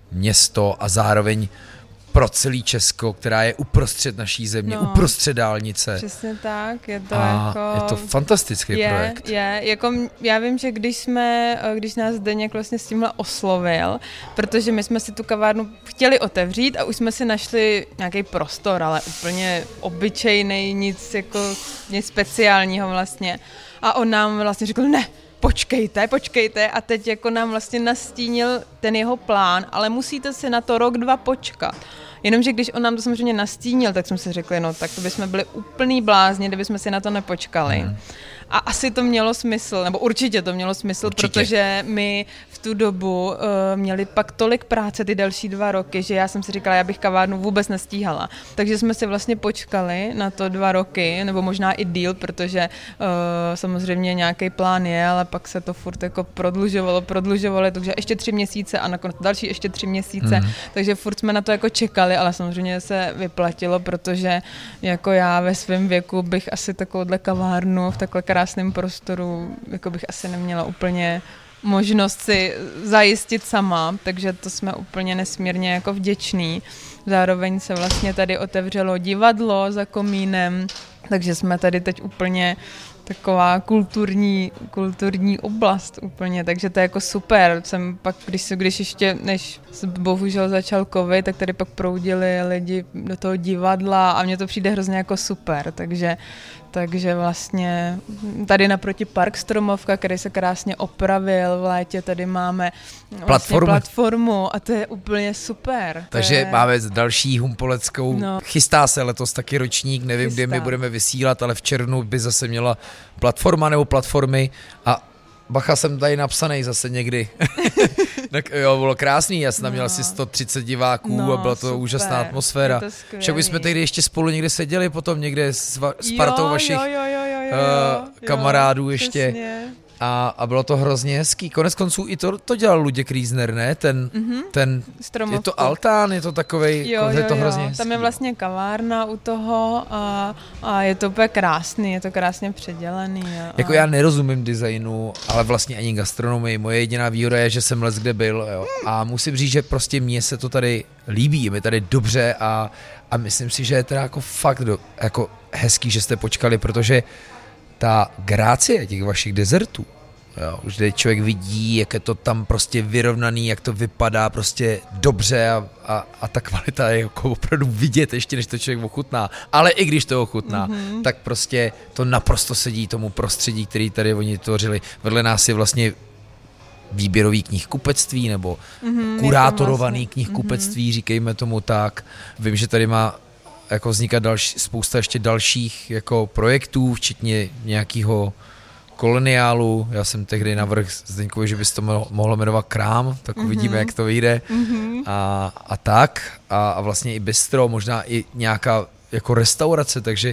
město a zároveň pro celý Česko, která je uprostřed naší země, no, uprostřed dálnice. Přesně tak, je to a jako... je to fantastický je, projekt. Je, jako já vím, že když jsme, když nás Zdeněk vlastně s tímhle oslovil, protože my jsme si tu kavárnu chtěli otevřít a už jsme si našli nějaký prostor, ale úplně obyčejnej, nic jako nic speciálního vlastně. A on nám vlastně řekl, ne, počkejte, počkejte a teď jako nám vlastně nastínil ten jeho plán, ale musíte si na to rok, dva počkat. Jenomže když on nám to samozřejmě nastínil, tak jsme si řekli, no tak to bychom byli úplný blázni, kdybychom si na to nepočkali. Hmm. A asi to mělo smysl, nebo určitě to mělo smysl, určitě. Protože my v tu dobu uh, měli pak tolik práce ty další dva roky, že já jsem si říkala, já bych kavárnu vůbec nestíhala. Takže jsme si vlastně počkali na to dva roky, nebo možná i díl, protože uh, samozřejmě nějaký plán je, ale pak se to furt jako prodlužovalo, prodlužovalo, takže ještě tři měsíce a nakonec další ještě tři měsíce, mm. takže furt jsme na to jako čekali, ale samozřejmě se vyplatilo, protože jako já ve svém věku bych asi takovouhle kavárnu v takhle krásném prostoru, jako bych asi neměla úplně možnost si zajistit sama, takže to jsme úplně nesmírně jako vděční. Zároveň se vlastně tady otevřelo divadlo za komínem, takže jsme tady teď úplně taková kulturní, kulturní oblast úplně, takže to je jako super. Jsem pak, když, když ještě, než bohužel začal covid, tak tady pak proudili lidi do toho divadla a mně to přijde hrozně jako super, takže Takže vlastně tady naproti Park Stromovka, který se krásně opravil v létě, tady máme vlastně platformu a to je úplně super. Takže je... máme další humpoleckou, no. Chystá se letos taky ročník, nevím, Chystá. Kdy my budeme vysílat, ale v červnu by zase měla platforma nebo platformy a bacha, jsem tady napsanej zase někdy. Tak jo, bylo krásný, já jsem tam měl no. asi sto třicet diváků no, a byla to super, úžasná atmosféra. Však my jsme tehdy ještě spolu někde seděli, potom někde s, va- s partou jo, vašich jo, jo, jo, jo, jo, uh, kamarádů jo, ještě. A, a bylo to hrozně hezký. Konec konců i to, to dělal Luděk Riesner, ne? Ten, mm-hmm. ten je to altán, je to takovej, jo, je to jo, hrozně jo. hezký. Tam je vlastně kavárna u toho a, a je to úplně krásný, je to krásně předělaný. A, jako já nerozumím designu, ale vlastně ani gastronomii. Moje jediná výhoda je, že jsem les kde byl. Jo. A musím říct, že prostě mně se to tady líbí, je mi tady dobře a, a myslím si, že je teda jako fakt do, jako hezký, že jste počkali, protože ta grácie těch vašich dezertů, jo, už tady člověk vidí, jak je to tam prostě vyrovnaný, jak to vypadá prostě dobře a, a, a ta kvalita je jako opravdu vidět, ještě než to člověk ochutná. Ale i když to ochutná, mm-hmm. tak prostě to naprosto sedí tomu prostředí, který tady oni tvořili. Vedle nás je vlastně výběrový knihkupectví nebo mm-hmm, kurátorovaný vlastně knihkupectví, mm-hmm. říkejme tomu tak. Vím, že tady má jako vznikat další, spousta ještě dalších jako projektů, včetně nějakého koloniálu. Já jsem tehdy navrhl Zdeňkovi, že by se to mohlo jmenovat Krám, tak mm-hmm. uvidíme, jak to vyjde. Mm-hmm. A, a tak. A, a vlastně i bistro, možná i nějaká jako restaurace, takže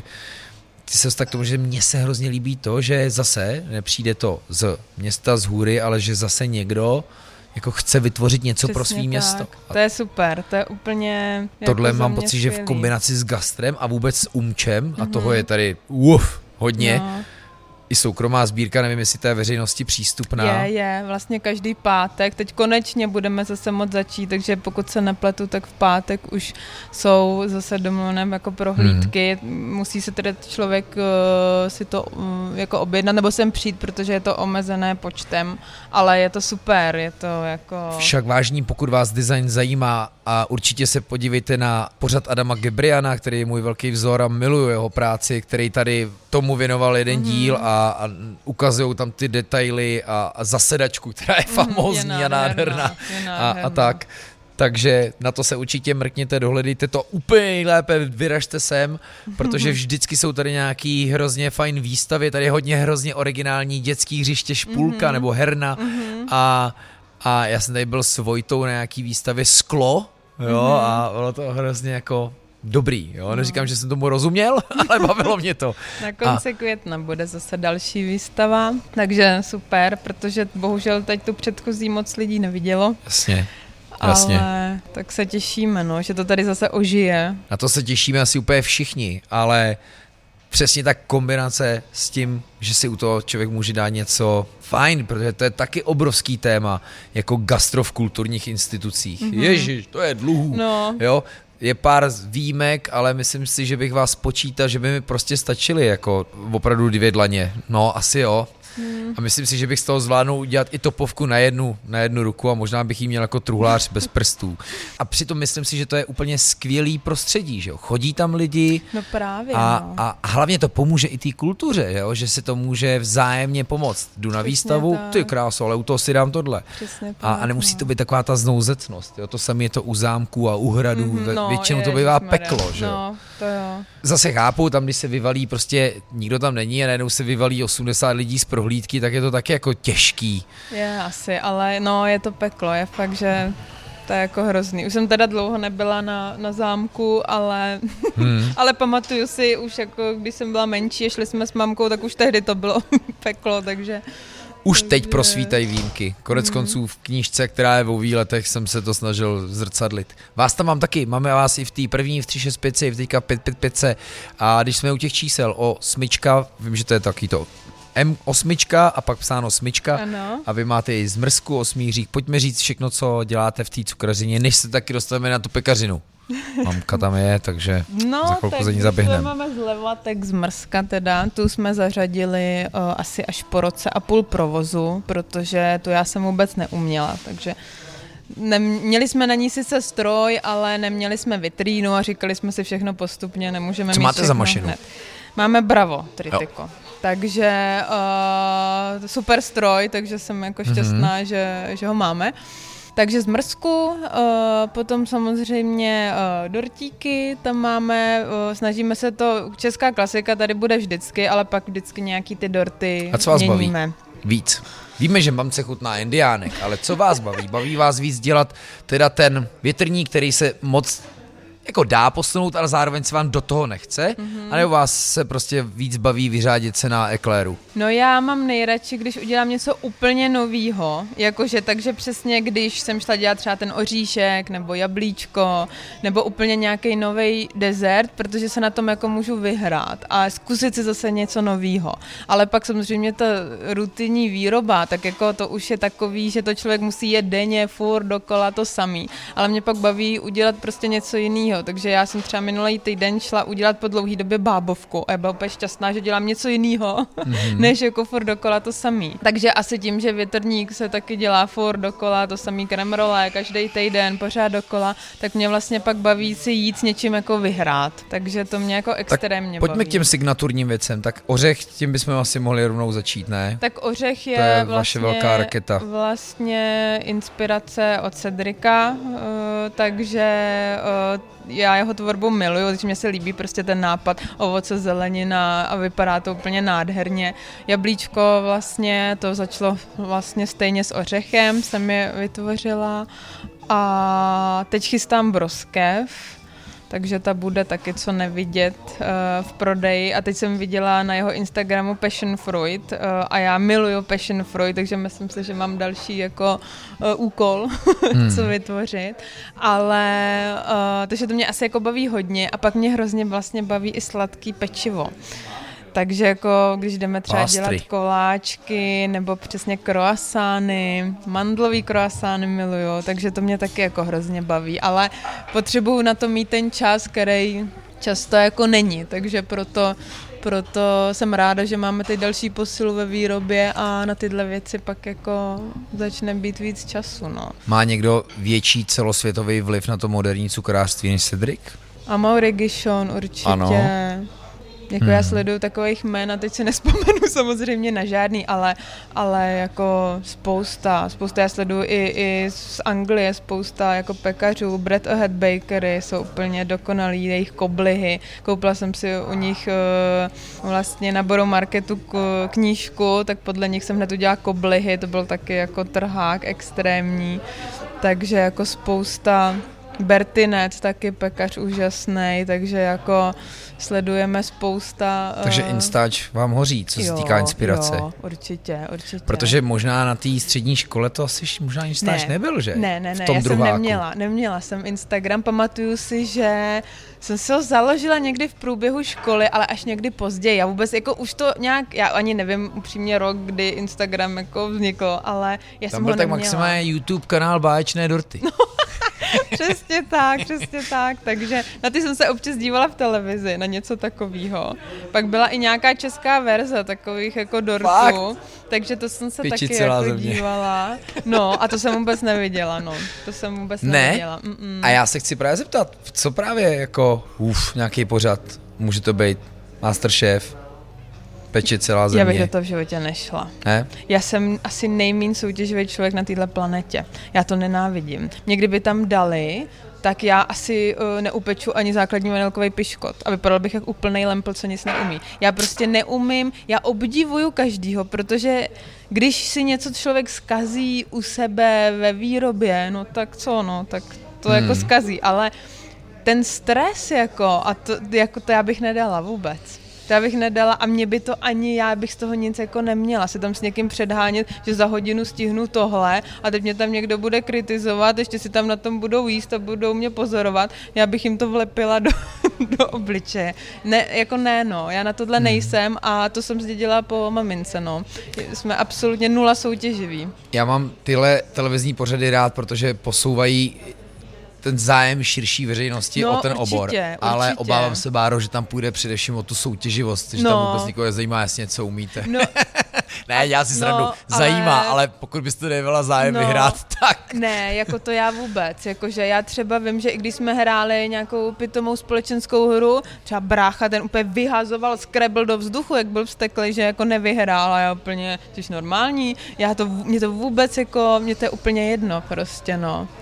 ty se tak tomu, že mně se hrozně líbí to, že zase nepřijde to z města, z hůry, ale že zase někdo jako chce vytvořit něco Přesně pro svý tak. město. A to je super, to je úplně tohle jako mám pocit, skvělý. Že v kombinaci s gastrem a vůbec s umčem, mm-hmm. a toho je tady uf, hodně, no. I soukromá sbírka, nevím, jestli to je veřejnosti přístupná. Je, je, vlastně každý pátek, teď konečně budeme zase moc začít, takže pokud se nepletu, tak v pátek už jsou zase domluvené jako prohlídky, hmm. musí se tedy člověk uh, si to uh, jako objednat, nebo sem přijít, protože je to omezené počtem, ale je to super, je to jako... Však vážní, pokud vás design zajímá a určitě se podívejte na pořad Adama Gebriana, který je můj velký vzor a miluju jeho práci, který tady tomu věnoval jeden mm-hmm. díl a a ukazují tam ty detaily a, a zasedačku, která je famózní je nádherná, a nádherná, je nádherná. A, a tak. Takže na to se určitě mrkněte, dohledejte to úplně nejlépe, vyražte sem, protože vždycky jsou tady nějaký hrozně fajn výstavy, tady je hodně hrozně originální dětský hřiště Špulka mm-hmm. nebo herna mm-hmm. a, a já jsem tady byl s Vojtou na nějaký výstavě Sklo, jo, mm-hmm. a bylo to hrozně jako... dobrý, jo, no. Neříkám, že jsem tomu rozuměl, ale bavilo mě to. Na konci a... května bude zase další výstava, takže super, protože bohužel teď tu předchozí moc lidí nevidělo. Jasně, jasně. Ale tak se těšíme, no, že to tady zase ožije. Na to se těšíme asi úplně všichni, ale přesně tak kombinace s tím, že si u toho člověk může dát něco fajn, protože to je taky obrovský téma, jako gastro v kulturních institucích. Mm-hmm. Ježiš, to je dluhů, no. Jo. Je pár výjimek, ale myslím si, že bych vás počítal, že by mi prostě stačily jako opravdu dvě dlaně. No, asi jo. Hmm. A myslím si, že bych z toho zvládnul udělat i topovku na jednu, na jednu ruku a možná bych jí měl jako truhlář bez prstů. A přitom myslím si, že to je úplně skvělý prostředí, že jo. Chodí tam lidi no právě, a, no. a hlavně to pomůže i té kultuře, jo? Že se to může vzájemně pomoct. Jdu na Přesně výstavu, tak. Ty kráso, ale u toho si dám tohle. A, a nemusí no. to být taková ta znouzecnost. Jo? To samé je to u zámků a u hradů. Mm-hmm, no, Většinou to bývá peklo, že jo. No, to jo. Zase chápu, tam když se vyvalí, prostě nikdo tam není a najednou se vyvalí osmdesát lidí z prohlídky, tak je to taky jako těžký. Je asi, ale no je to peklo, je fakt, že to je jako hrozný. Už jsem teda dlouho nebyla na, na zámku, ale, hmm. ale pamatuju si už jako, když jsem byla menší a šli jsme s mamkou, tak už tehdy to bylo peklo, takže... Už takže... teď prosvítají výjimky. Konec hmm. konců v knížce, která je o výletech, jsem se to snažil zrcadlit. Vás tam mám taky, máme vás i v té první, v tři šest pět, v teďka pět pět pět a když jsme u těch čísel o smyčka, vím, že to je taky to M osmička a pak psáno smyčka ano. A vy máte i zmrzku, osmířík. Pojďme říct všechno, co děláte v té cukrařině, než se taky dostaneme na tu pekařinu. Mamka tam je, takže no, za chvilku za ní zaběhneme. No, máme zleva, tak zmrzka teda, tu jsme zařadili uh, asi až po roce a půl provozu, protože tu já jsem vůbec neuměla, takže Měli jsme na ní sice stroj, ale neměli jsme vitrínu a říkali jsme si všechno postupně, nemůžeme Co mít máte za mašinu? Hned. Máme Bravo Tritiko. Jo. Takže uh, super stroj, takže jsem jako šťastná, mm-hmm. že, že ho máme. Takže zmrzku, uh, potom samozřejmě uh, dortíky, tam máme, uh, snažíme se to, česká klasika tady bude vždycky, ale pak vždycky nějaký ty dorty A co vás měníme. baví? Víc? Víme, že mamce chutná indiánek, ale co vás baví? Baví vás víc dělat teda ten větrník, který se moc jako dá posunout, ale zároveň se vám do toho nechce, mm-hmm. anebo vás se prostě víc baví vyřádit se na ekléru? No já mám nejradši, když udělám něco úplně novýho, jakože takže přesně, když jsem šla dělat třeba ten oříšek, nebo jablíčko, nebo úplně nějaký nový dezert, protože se na tom jako můžu vyhrát a zkusit si zase něco novýho. Ale pak samozřejmě ta rutinní výroba, tak jako to už je takový, že to člověk musí jet denně, furt dokola to samý. Ale mě pak baví udělat prostě něco jiného. Takže já jsem třeba minulý týden šla udělat po dlouhý době bábovku a já byla úplně šťastná, že dělám něco jiného, mm-hmm. než jako furt dokola to samý. Takže asi tím, že větrník se taky dělá furt dokola to samý kremrole, každý týden pořád dokola, tak mě vlastně pak baví si jít s něčím jako vyhrát. Takže to mě jako extrémně tak pojďme baví. k těm signaturním věcem. Tak ořech, tím bychom asi mohli rovnou začít, ne? Tak ořech je, to je vlastně, vaše velká raketa. Vlastně inspirace od Cedrika, uh, takže uh, já jeho tvorbu miluju, takže mě se líbí prostě ten nápad ovoce, zelenina a vypadá to úplně nádherně. Jablíčko vlastně, to začalo vlastně stejně s ořechem, jsem je vytvořila a teď chystám broskev, takže ta bude taky co nevidět uh, v prodeji a teď jsem viděla na jeho Instagramu Passion Fruit uh, a já miluju Passion Fruit, takže myslím si, že mám další jako uh, úkol, hmm. co vytvořit, ale uh, takže to mě asi jako baví hodně a pak mě hrozně vlastně baví i sladký pečivo. Takže jako když jdeme třeba Pastry. dělat koláčky nebo přesně croissány, mandlový croissány miluju, takže to mě taky jako hrozně baví, ale potřebuju na to mít ten čas, který často jako není, takže proto, proto jsem ráda, že máme teď další posilu ve výrobě a na tyhle věci pak jako začne být víc času, no. Má někdo větší celosvětový vliv na to moderní cukrářství než Cedric? Amaury Guichon určitě. Ano. Jako hmm. já sleduju takových jmén a teď si nespomenu samozřejmě na žádný, ale, ale jako spousta, spousta, já sleduju i, i z Anglie spousta jako pekařů, Bread Ahead Bakery jsou úplně dokonalí, jejich koblihy, koupila jsem si u nich uh, vlastně na Borough Marketu k, knížku, tak podle nich jsem hned udělala koblihy, to byl taky jako trhák extrémní, takže jako spousta. Bertinec, taky pekař úžasný, takže jako sledujeme spousta... Takže uh... Instač vám hoří, co se jo, týká inspirace. Jo, určitě, určitě. Protože možná na té střední škole to asi možná Instač ne, nebyl, že? Ne, ne, ne, v tom já druháku. jsem neměla, neměla jsem Instagram, pamatuju si, že jsem si ho založila někdy v průběhu školy, ale až někdy později. Já vůbec jako už to nějak, já ani nevím upřímně rok, kdy Instagram jako vznikl, ale já Tam jsem byl ho tak neměla. maximálně YouTube kanál Báječné dorty. No. Přesně tak, přesně tak, takže na ty jsem se občas dívala v televizi, na něco takového. Pak byla i nějaká česká verze takových jako dortů, Fakt? takže to jsem se Piči taky celá jako země. dívala. No a to jsem vůbec neviděla, no, to jsem vůbec ne? neviděla. Mm-mm. A já se chci právě zeptat, co právě jako, uf, nějaký pořad, může to být Masterchef, Peči celá země. Já bych do toho v životě nešla. Ne? Já jsem asi nejmín soutěživý člověk na této planetě. Já to nenávidím. Mě kdyby tam dali, tak já asi uh, neupeču ani základní vanilkový piškot a vypadal bych jak úplnej lempl, co nic neumí. Já prostě neumím, já obdivuju každýho, protože když si něco člověk zkazí u sebe ve výrobě, no tak co, no, tak to hmm. jako zkazí, ale ten stres jako, a to, jako to já bych nedala vůbec. To já bych nedala a mě by to ani, já bych z toho nic jako neměla, se tam s někým předhánět, že za hodinu stihnu tohle a teď mě tam někdo bude kritizovat, ještě si tam na tom budou jíst a budou mě pozorovat, já bych jim to vlepila do, do obličeje. Ne, jako ne, no, já na tohle nejsem a to jsem zdědila po mamince, no. Jsme absolutně nula soutěživí. Já mám tyhle televizní pořady rád, protože posouvají ten zájem širší veřejnosti no, o ten určitě, obor, určitě. Ale obávám se, Báro, že tam půjde především o tu soutěživost, že no. tam vůbec nikoho nezajímá, jestli něco umíte. No. Ne, já si srandu, no, zajímá, ale... ale pokud byste nevěla zájem no, vyhrát, tak... Ne, jako to já vůbec, jakože já třeba vím, že i když jsme hráli nějakou pitomou společenskou hru, třeba brácha, ten úplně vyhazoval Scrabble do vzduchu, jak byl vzteklý, že jako nevyhrál a já úplně, jsi normální, já to, mě to vůbec jako, mě to je úplně jedno prostě, no.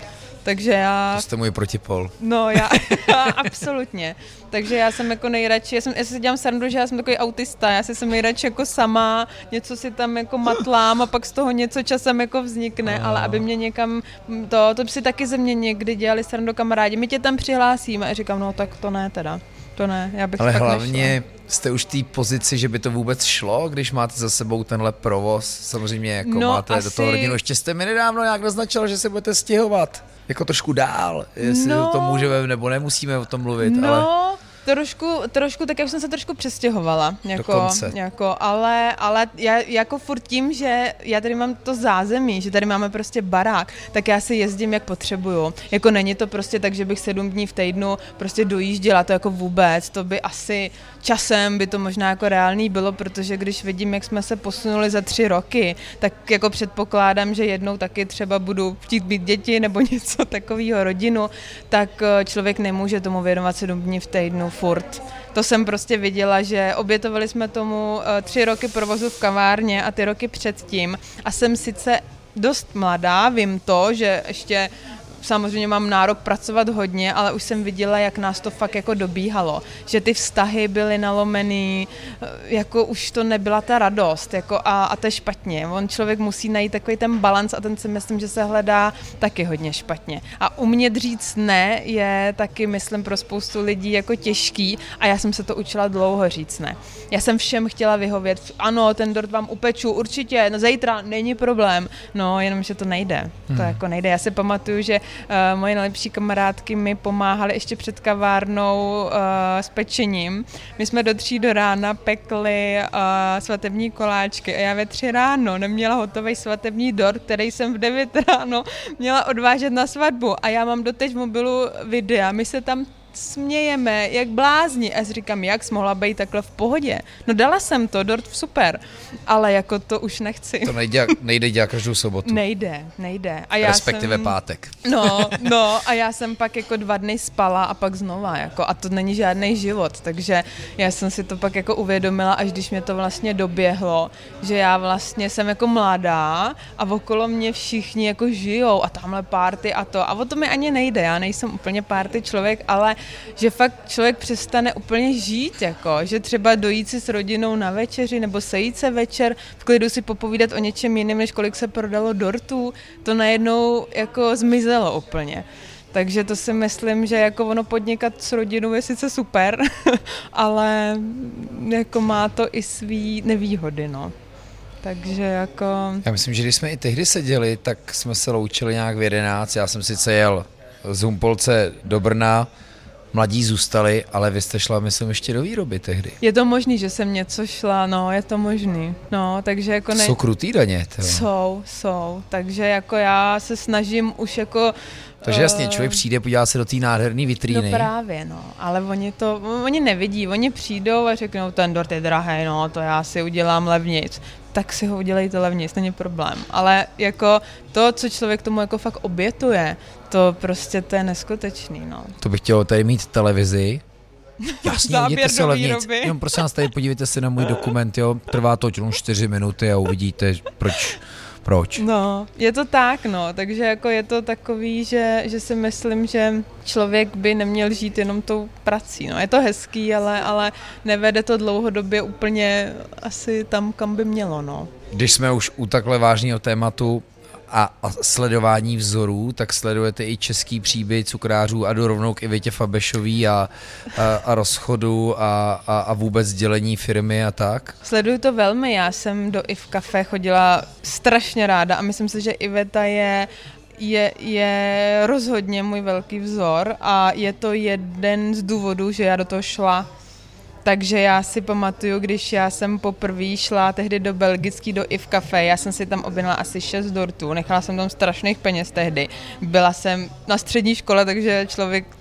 takže já... To jste můj protipol. No, já, absolutně. Takže já jsem jako nejradši, já, jsem, já si dělám srandu, že já jsem takový autista, já si jsem nejradši jako sama, něco si tam jako matlám a pak z toho něco časem jako vznikne, no. Ale aby mě někam, to, to si taky ze mě někdy dělali srandu kamarádi, my tě tam přihlásíme a říkám, no tak to ne teda. To ne, já bych ale tak hlavně nešla. Jste už v té pozici, že by to vůbec šlo, když máte za sebou tenhle provoz, samozřejmě jako no, máte asi... do toho rodinu, ještě jste mi nedávno nějak naznačil, že se budete stěhovat, jako trošku dál, jestli no, o tom můžeme nebo nemusíme o tom mluvit, no. ale... Trošku, trošku, tak já už jsem se trošku přestěhovala, jako, jako, ale, ale já jako furt tím, že já tady mám to zázemí, že tady máme prostě barák, tak já si jezdím, jak potřebuju. Jako není to prostě tak, že bych sedm dní v týdnu prostě dojížděla, to jako vůbec, to by asi časem by to možná jako reálný bylo, protože když vidím, jak jsme se posunuli za tři roky, tak jako předpokládám, že jednou taky třeba budu chtít být děti nebo něco takového, rodinu, tak člověk nemůže tomu věnovat sedm dní v týdnu furt. To jsem prostě viděla, že obětovali jsme tomu uh, tři roky provozu v kavárně a ty roky předtím a jsem sice dost mladá, vím to, že ještě samozřejmě mám nárok pracovat hodně, ale už jsem viděla, jak nás to fakt jako dobíhalo, že ty vztahy byly nalomený, jako už to nebyla ta radost, jako a, a to je špatně. On člověk musí najít takový ten balans a ten si myslím, že se hledá taky hodně špatně. A umět říct ne je taky, myslím, pro spoustu lidí jako těžký a já jsem se to učila dlouho říct ne. Já jsem všem chtěla vyhovět, ano, ten dort vám upeču, určitě, no zítra, není problém, no jenom, že to nejde. Hmm. To jako nejde. Já si pamatuju, že Uh, moje nejlepší kamarádky mi pomáhaly ještě před kavárnou uh, s pečením. My jsme do tří do rána pekli uh, svatební koláčky a já ve tři ráno neměla hotový svatební dort, který jsem v devět ráno měla odvážet na svatbu a já mám doteď v mobilu videa. My se tam smějeme, jak blázni. A já si říkám, jak jsi mohla být takhle v pohodě? No dala jsem to, dort super, ale jako to už nechci. To nejde, nejde dělat každou sobotu. Nejde, nejde. A já respektive jsem, pátek. No, no a já jsem pak jako dva dny spala a pak znova, jako a to není žádný život, takže já jsem si to pak jako uvědomila, až když mě to vlastně doběhlo, že já vlastně jsem jako mladá a okolo mě všichni jako žijou a tamhle party a to a o to mi ani nejde, já nejsem úplně party člověk, ale že fakt člověk přestane úplně žít, jako, že třeba dojít si s rodinou na večeři nebo sejít se večer, v klidu si popovídat o něčem jiném, než kolik se prodalo dortů, to najednou jako zmizelo úplně. Takže to si myslím, že jako ono podnikat s rodinou je sice super, ale jako má to i svý nevýhody, no. Takže jako... Já myslím, že když jsme i tehdy seděli, tak jsme se loučili nějak v jedenáct, já jsem sice jel z Humpolce do Brna, mladí zůstali, ale vy jste šla, myslím, ještě do výroby tehdy. Je to možný, že jsem něco šla, no, je to možný. No, takže jako ne... Jsou krutý daně, tyjo. Jsou, jsou. Takže jako já se snažím už jako... Takže jasně, člověk přijde, podívá se do té nádherné vitríny. No právě, no, ale oni to, oni nevidí, oni přijdou a řeknou, ten dort je drahý, no, to já si udělám levnic. Tak si ho udělejte levnic, není problém. Ale jako to, co člověk tomu jako fakt obětuje, to prostě to je neskutečný, no. To bych chtěl tady mít televizi. Jasně, jděte se levnic. Jenom prosím vás, tady podívejte se na můj dokument, jo, trvá to jenom čtyři minuty a uvidíte, proč... Proč? No, je to tak, no, takže jako je to takový, že, že si myslím, že člověk by neměl žít jenom tou prací, no, je to hezký, ale, ale nevede to dlouhodobě úplně asi tam, kam by mělo, no. Když jsme už u takhle vážného tématu a, a sledování vzorů, tak sledujete i český příběh cukrářů a jdu rovnou k Ivetě Fabešový a, a, a rozchodu a, a, a vůbec dělení firmy a tak? Sleduju to velmi, já jsem do Iv Café chodila strašně ráda a myslím si, že Iveta je Je, je rozhodně můj velký vzor a je to jeden z důvodů, že já do toho šla. Takže já si pamatuju, když já jsem poprvé šla tehdy do belgický, do Iv Café, já jsem si tam objednala asi šest dortů, nechala jsem tam strašných peněz tehdy. Byla jsem na střední škole, takže člověk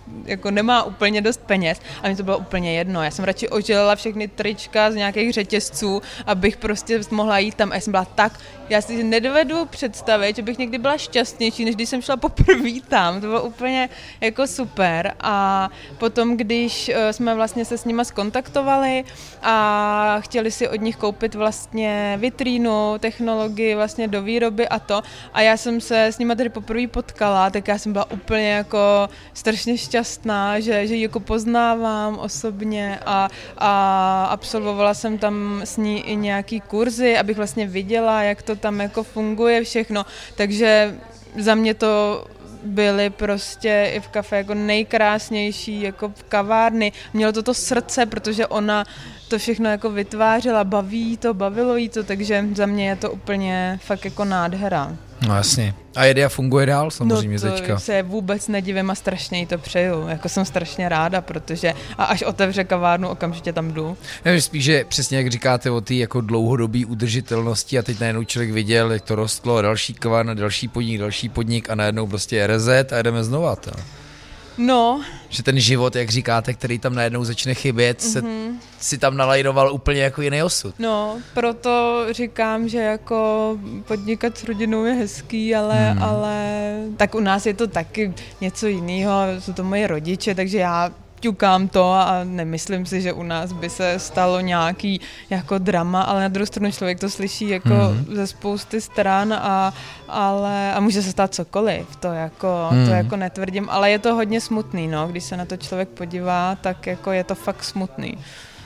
jako nemá úplně dost peněz a mi to bylo úplně jedno. Já jsem radši ožilila všechny trička z nějakých řetězců, abych prostě mohla jít tam a já jsem byla tak, já si nedovedu představit, že bych někdy byla šťastnější, než když jsem šla poprvé tam. To bylo úplně jako super a potom, když jsme vlastně se s nima skontaktovali a chtěli si od nich koupit vlastně vitrínu, technologii vlastně do výroby a to a já jsem se s nima tady poprvé potkala, tak já jsem byla úplně jako strašně šťastná, že, že ji jako poznávám osobně a, a absolvovala jsem tam s ní i nějaký kurzy, abych vlastně viděla, jak to tam jako funguje všechno, takže za mě to byly prostě i v kafe jako nejkrásnější jako v kavárny. Mělo to to srdce, protože ona to všechno jako vytvářela, baví to, bavilo jí to, takže za mě je to úplně fakt jako nádhera. No jasně. A jede a funguje dál samozřejmě no to teďka. se vůbec nedivím a strašně jí to přeju. Jako jsem strašně ráda, protože a až otevře kavárnu, okamžitě tam jdu. Nevím, spíš, že přesně jak říkáte o té jako dlouhodobé udržitelnosti a teď najednou člověk viděl, jak to rostlo, další kavárna, další podnik, další podnik a najednou prostě je reset a jdeme znova. To. No. Že ten život, jak říkáte, který tam najednou začne chybět, se mm-hmm. si tam nalajnoval úplně jako jiný osud. No, proto říkám, že jako podnikat s rodinou je hezký, ale, hmm. ale tak u nás je to taky něco jiného, jsou to moje rodiče, takže já ťukám to a nemyslím si, že u nás by se stalo nějaký jako drama, ale na druhou stranu člověk to slyší jako mm-hmm. ze spousty stran a, ale, a může se stát cokoliv, to jako, mm-hmm. to jako netvrdím, ale je to hodně smutný, no, když se na to člověk podívá, tak jako je to fakt smutný.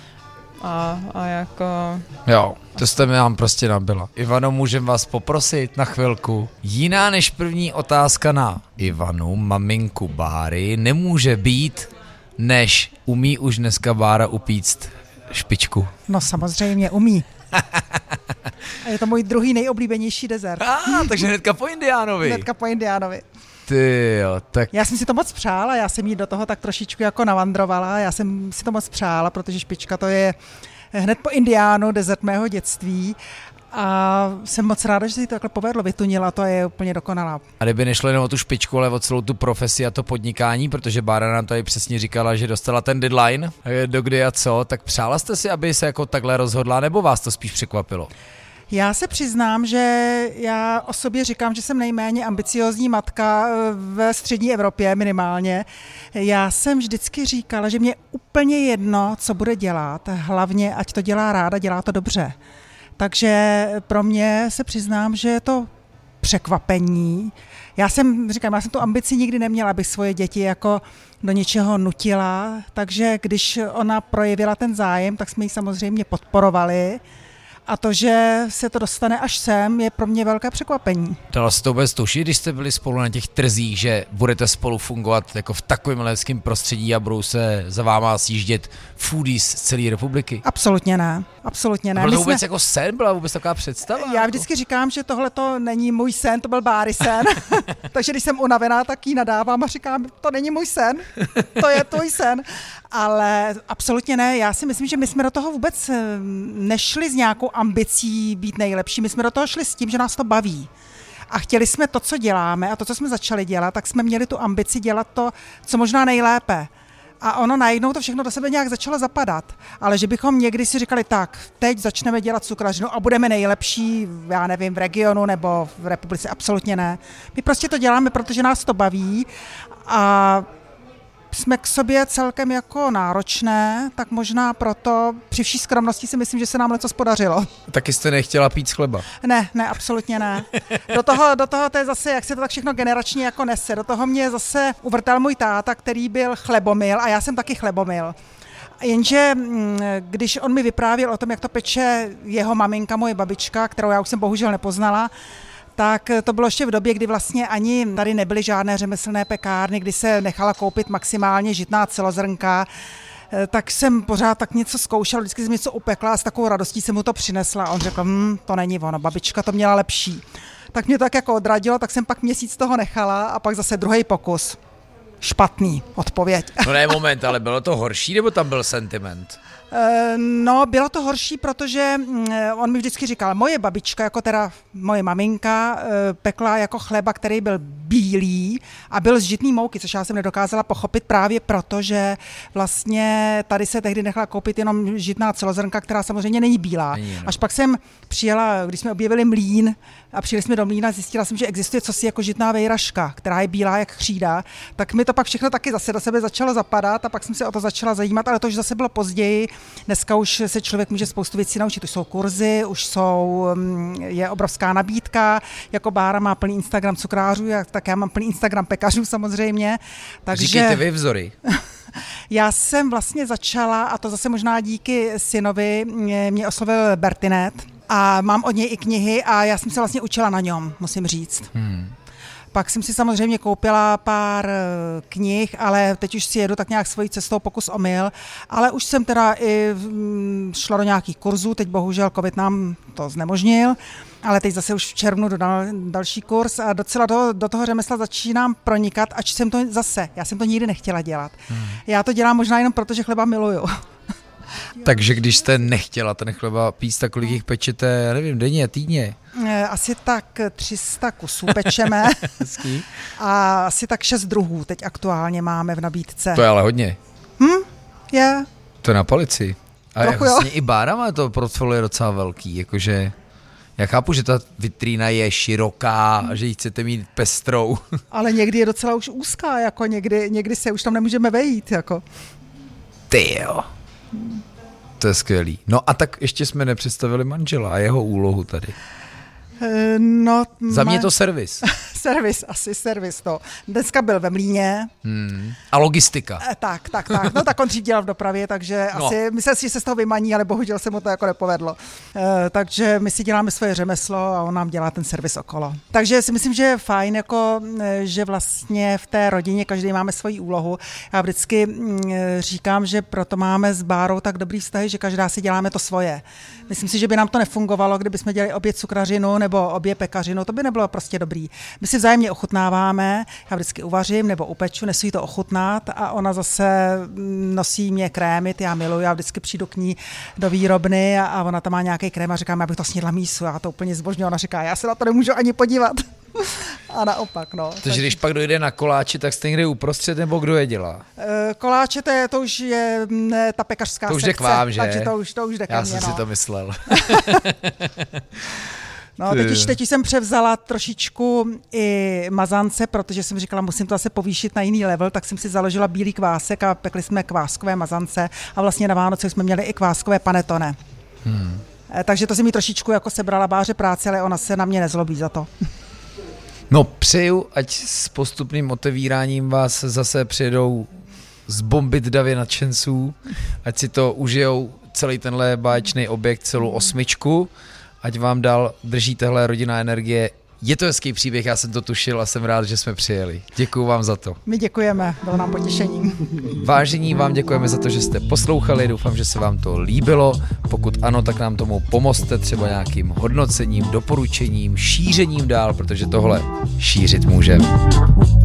A, a jako... Jo, to jste mi nám prostě nabila. Ivano, můžem vás poprosit na chvilku? Jiná než první otázka na Ivanu, maminku Báry, nemůže být, než umí už dneska Bára upíct špičku. No samozřejmě umí. A je to můj druhý nejoblíbenější dezert. Ah, takže hnedka po indiánovi. Hnedka po indiánovi. Ty jo, tak... Já jsem si to moc přála, já jsem jí do toho tak trošičku jako navandrovala, já jsem si to moc přála, protože špička to je hned po indiánu dezert mého dětství a jsem moc ráda, že si to takhle povedlo, vytunila, to je úplně dokonalá. A kdyby nešlo jenom o tu špičku, ale o celou tu profesi a to podnikání, protože Bára nám tady přesně říkala, že dostala ten deadline, do kdy a co, tak přála jste si, aby se jako takhle rozhodla, nebo vás to spíš překvapilo? Já se přiznám, že já o sobě říkám, že jsem nejméně ambiciózní matka ve střední Evropě minimálně. Já jsem vždycky říkala, že mě úplně jedno, co bude dělat, hlavně ať to dělá ráda, dělá to dobře. Takže pro mě se přiznám, že je to překvapení. Já jsem, říkám, já jsem tu ambici nikdy neměla, abych svoje děti jako do něčeho nutila, takže když ona projevila ten zájem, tak jsme ji samozřejmě podporovali. A to, že se to dostane až sem, je pro mě velké překvapení. Dalo se to vůbec tušit, když jste byli spolu na těch trzích, že budete spolu fungovat jako v takovém lidském prostředí a budou se za váma sjíždět foodies z celé republiky? Absolutně ne, absolutně ne. A byl to My vůbec jsme... jako sen, byla vůbec taková představa? Já jako? vždycky říkám, že tohle to není můj sen, to byl Báry sen. Takže když jsem unavená, tak jí nadávám a říkám, to není můj sen, to je tvůj sen. Ale absolutně ne, já si myslím, že my jsme do toho vůbec nešli s nějakou ambicí být nejlepší, my jsme do toho šli s tím, že nás to baví. A chtěli jsme to, co děláme a to, co jsme začali dělat, tak jsme měli tu ambici dělat to, co možná nejlépe. A ono najednou to všechno do sebe nějak začalo zapadat. Ale že bychom někdy si říkali, tak, teď začneme dělat cukrařinu a budeme nejlepší, já nevím, v regionu nebo v republice, absolutně ne. My prostě to děláme, protože nás to baví a jsme k sobě celkem jako náročné, tak možná proto při vší skromnosti si myslím, že se nám leco podařilo. Taky jste nechtěla pít z chleba? Ne, ne, absolutně ne. Do toho, do toho to je zase, jak se to tak všechno generačně jako nese. Do toho mě zase uvrtal můj táta, který byl chlebomil a já jsem taky chlebomil. Jenže když on mi vyprávěl o tom, jak to peče jeho maminka, moje babička, kterou já už jsem bohužel nepoznala, tak to bylo ještě v době, kdy vlastně ani tady nebyly žádné řemeslné pekárny, kdy se nechala koupit maximálně žitná celozrnka, tak jsem pořád tak něco zkoušela, vždycky jsem něco upekla a s takovou radostí jsem mu to přinesla. A on řekl, hm, to není ono, babička to měla lepší. Tak mě to tak jako odradilo, tak jsem pak měsíc toho nechala a pak zase druhý pokus. špatný odpověď. No ne, moment, ale bylo to horší, nebo tam byl sentiment? No, bylo to horší, protože on mi vždycky říkal, moje babička, jako teda moje maminka, pekla jako chleba, který byl bílý a byl z žitný mouky, což já jsem nedokázala pochopit právě proto, že vlastně tady se tehdy nechala koupit jenom žitná celozrnka, která samozřejmě není bílá. Není, no. Až pak jsem přijela, když jsme objevili mlýn a přijeli jsme do mlýna, zjistila jsem, že existuje cosi jako žitná vejraška, která je bílá jak křída, tak mi to pak všechno taky zase do sebe začalo zapadat a pak jsem se o to začala zajímat, ale to už zase bylo později. Dneska už se člověk může spoustu věcí naučit, už jsou kurzy, už jsou, je obrovská nabídka, jako Bára má plný Instagram cukrářů, tak já mám plný Instagram pekařů samozřejmě. Takže říkejte vy vzory. Já jsem vlastně začala, a to zase možná díky synovi, mě, mě oslovil Bertinet a mám od něj i knihy a já jsem se vlastně učila na něm, musím říct. Hmm. Pak jsem si samozřejmě koupila pár knih, ale teď už si jedu tak nějak svojí cestou pokus omyl, ale už jsem teda i šla do nějakých kurzů, teď bohužel covid nám to znemožnil, ale teď zase už v červnu dodal další kurz a docela do, do toho řemesla začínám pronikat, ač jsem to zase, já jsem to nikdy nechtěla dělat. Hmm. Já to dělám možná jenom proto, že chleba miluju. Takže když jste nechtěla ten chleba píct, tak kolik jich pečete, já nevím, denně, týdně? Asi tak tři sta kusů pečeme a asi tak šest druhů teď aktuálně máme v nabídce. To je ale hodně. Hm, je. Yeah. To je na palici. A Trochu vlastně jo. I Bára má to portfolio docela velký, jakože já chápu, že ta vitrína je široká a že ji chcete mít pestrou. Ale někdy je docela už úzká, jako někdy, někdy se už tam nemůžeme vejít, jako. Ty jo. To je skvělý. No a tak ještě jsme nepředstavili manžela a jeho úlohu tady. No, za mě je to servis. servis, asi servis, to. Dneska byl ve Mlýně. Hmm. A logistika. E, tak, tak, tak. No tak on dřív dělal v dopravě, takže no. asi myslel si, že se z toho vymaní, ale bohužel se mu to jako nepovedlo. E, takže my si děláme svoje řemeslo a on nám dělá ten servis okolo. Takže si myslím, že je fajn, jako, že vlastně v té rodině každý máme svoji úlohu. Já vždycky říkám, že proto máme s Bárou tak dobrý vztahy, že každá si děláme to svoje. Myslím si, že by nám to nefungovalo, kdyby jsme dělali obě cukrařinu nebo obě pekařinu, to by nebylo prostě dobrý. My si vzájemně ochutnáváme, já vždycky uvařím nebo upeču, nesu jí to ochutnat a ona zase nosí mě krémy, ty já miluji, já vždycky přijdu k ní do výrobny a, a ona tam má nějaký krém a říkám, já bych to snědla mísu, já to úplně zbožňuji, ona říká, já se na to nemůžu ani podívat. A naopak, no. Takže tak... když pak dojde na koláči, tak jste někde uprostřed, nebo kdo je dělá? E, koláče, to, je, to už je ne, ta pekařská to už sekce. jde k vám, že? Takže to už, to už jde Já ke mně, jsem no. si to myslel. No, teď už, teď už jsem převzala trošičku i mazance, protože jsem říkala, musím to zase povýšit na jiný level, tak jsem si založila bílý kvásek a pekli jsme kváskové mazance a vlastně na Vánoce jsme měli i kváskové panetone. Hmm. E, takže to si mi trošičku jako sebrala Báře práce, ale ona se na mě nezlobí za to. No přeju, ať s postupným otevíráním vás zase přijedou zbombit davy nadšenců, ať si to užijou celý tenhle báječný objekt, celou osmičku, ať vám dál drží tahle rodinná energie. Je to hezký příběh, já jsem to tušil a jsem rád, že jsme přijeli. Děkuju vám za to. My děkujeme, bylo nám potěšením. Vážení, vám děkujeme za to, že jste poslouchali, doufám, že se vám to líbilo. Pokud ano, tak nám tomu pomozte třeba nějakým hodnocením, doporučením, šířením dál, protože tohle šířit můžeme.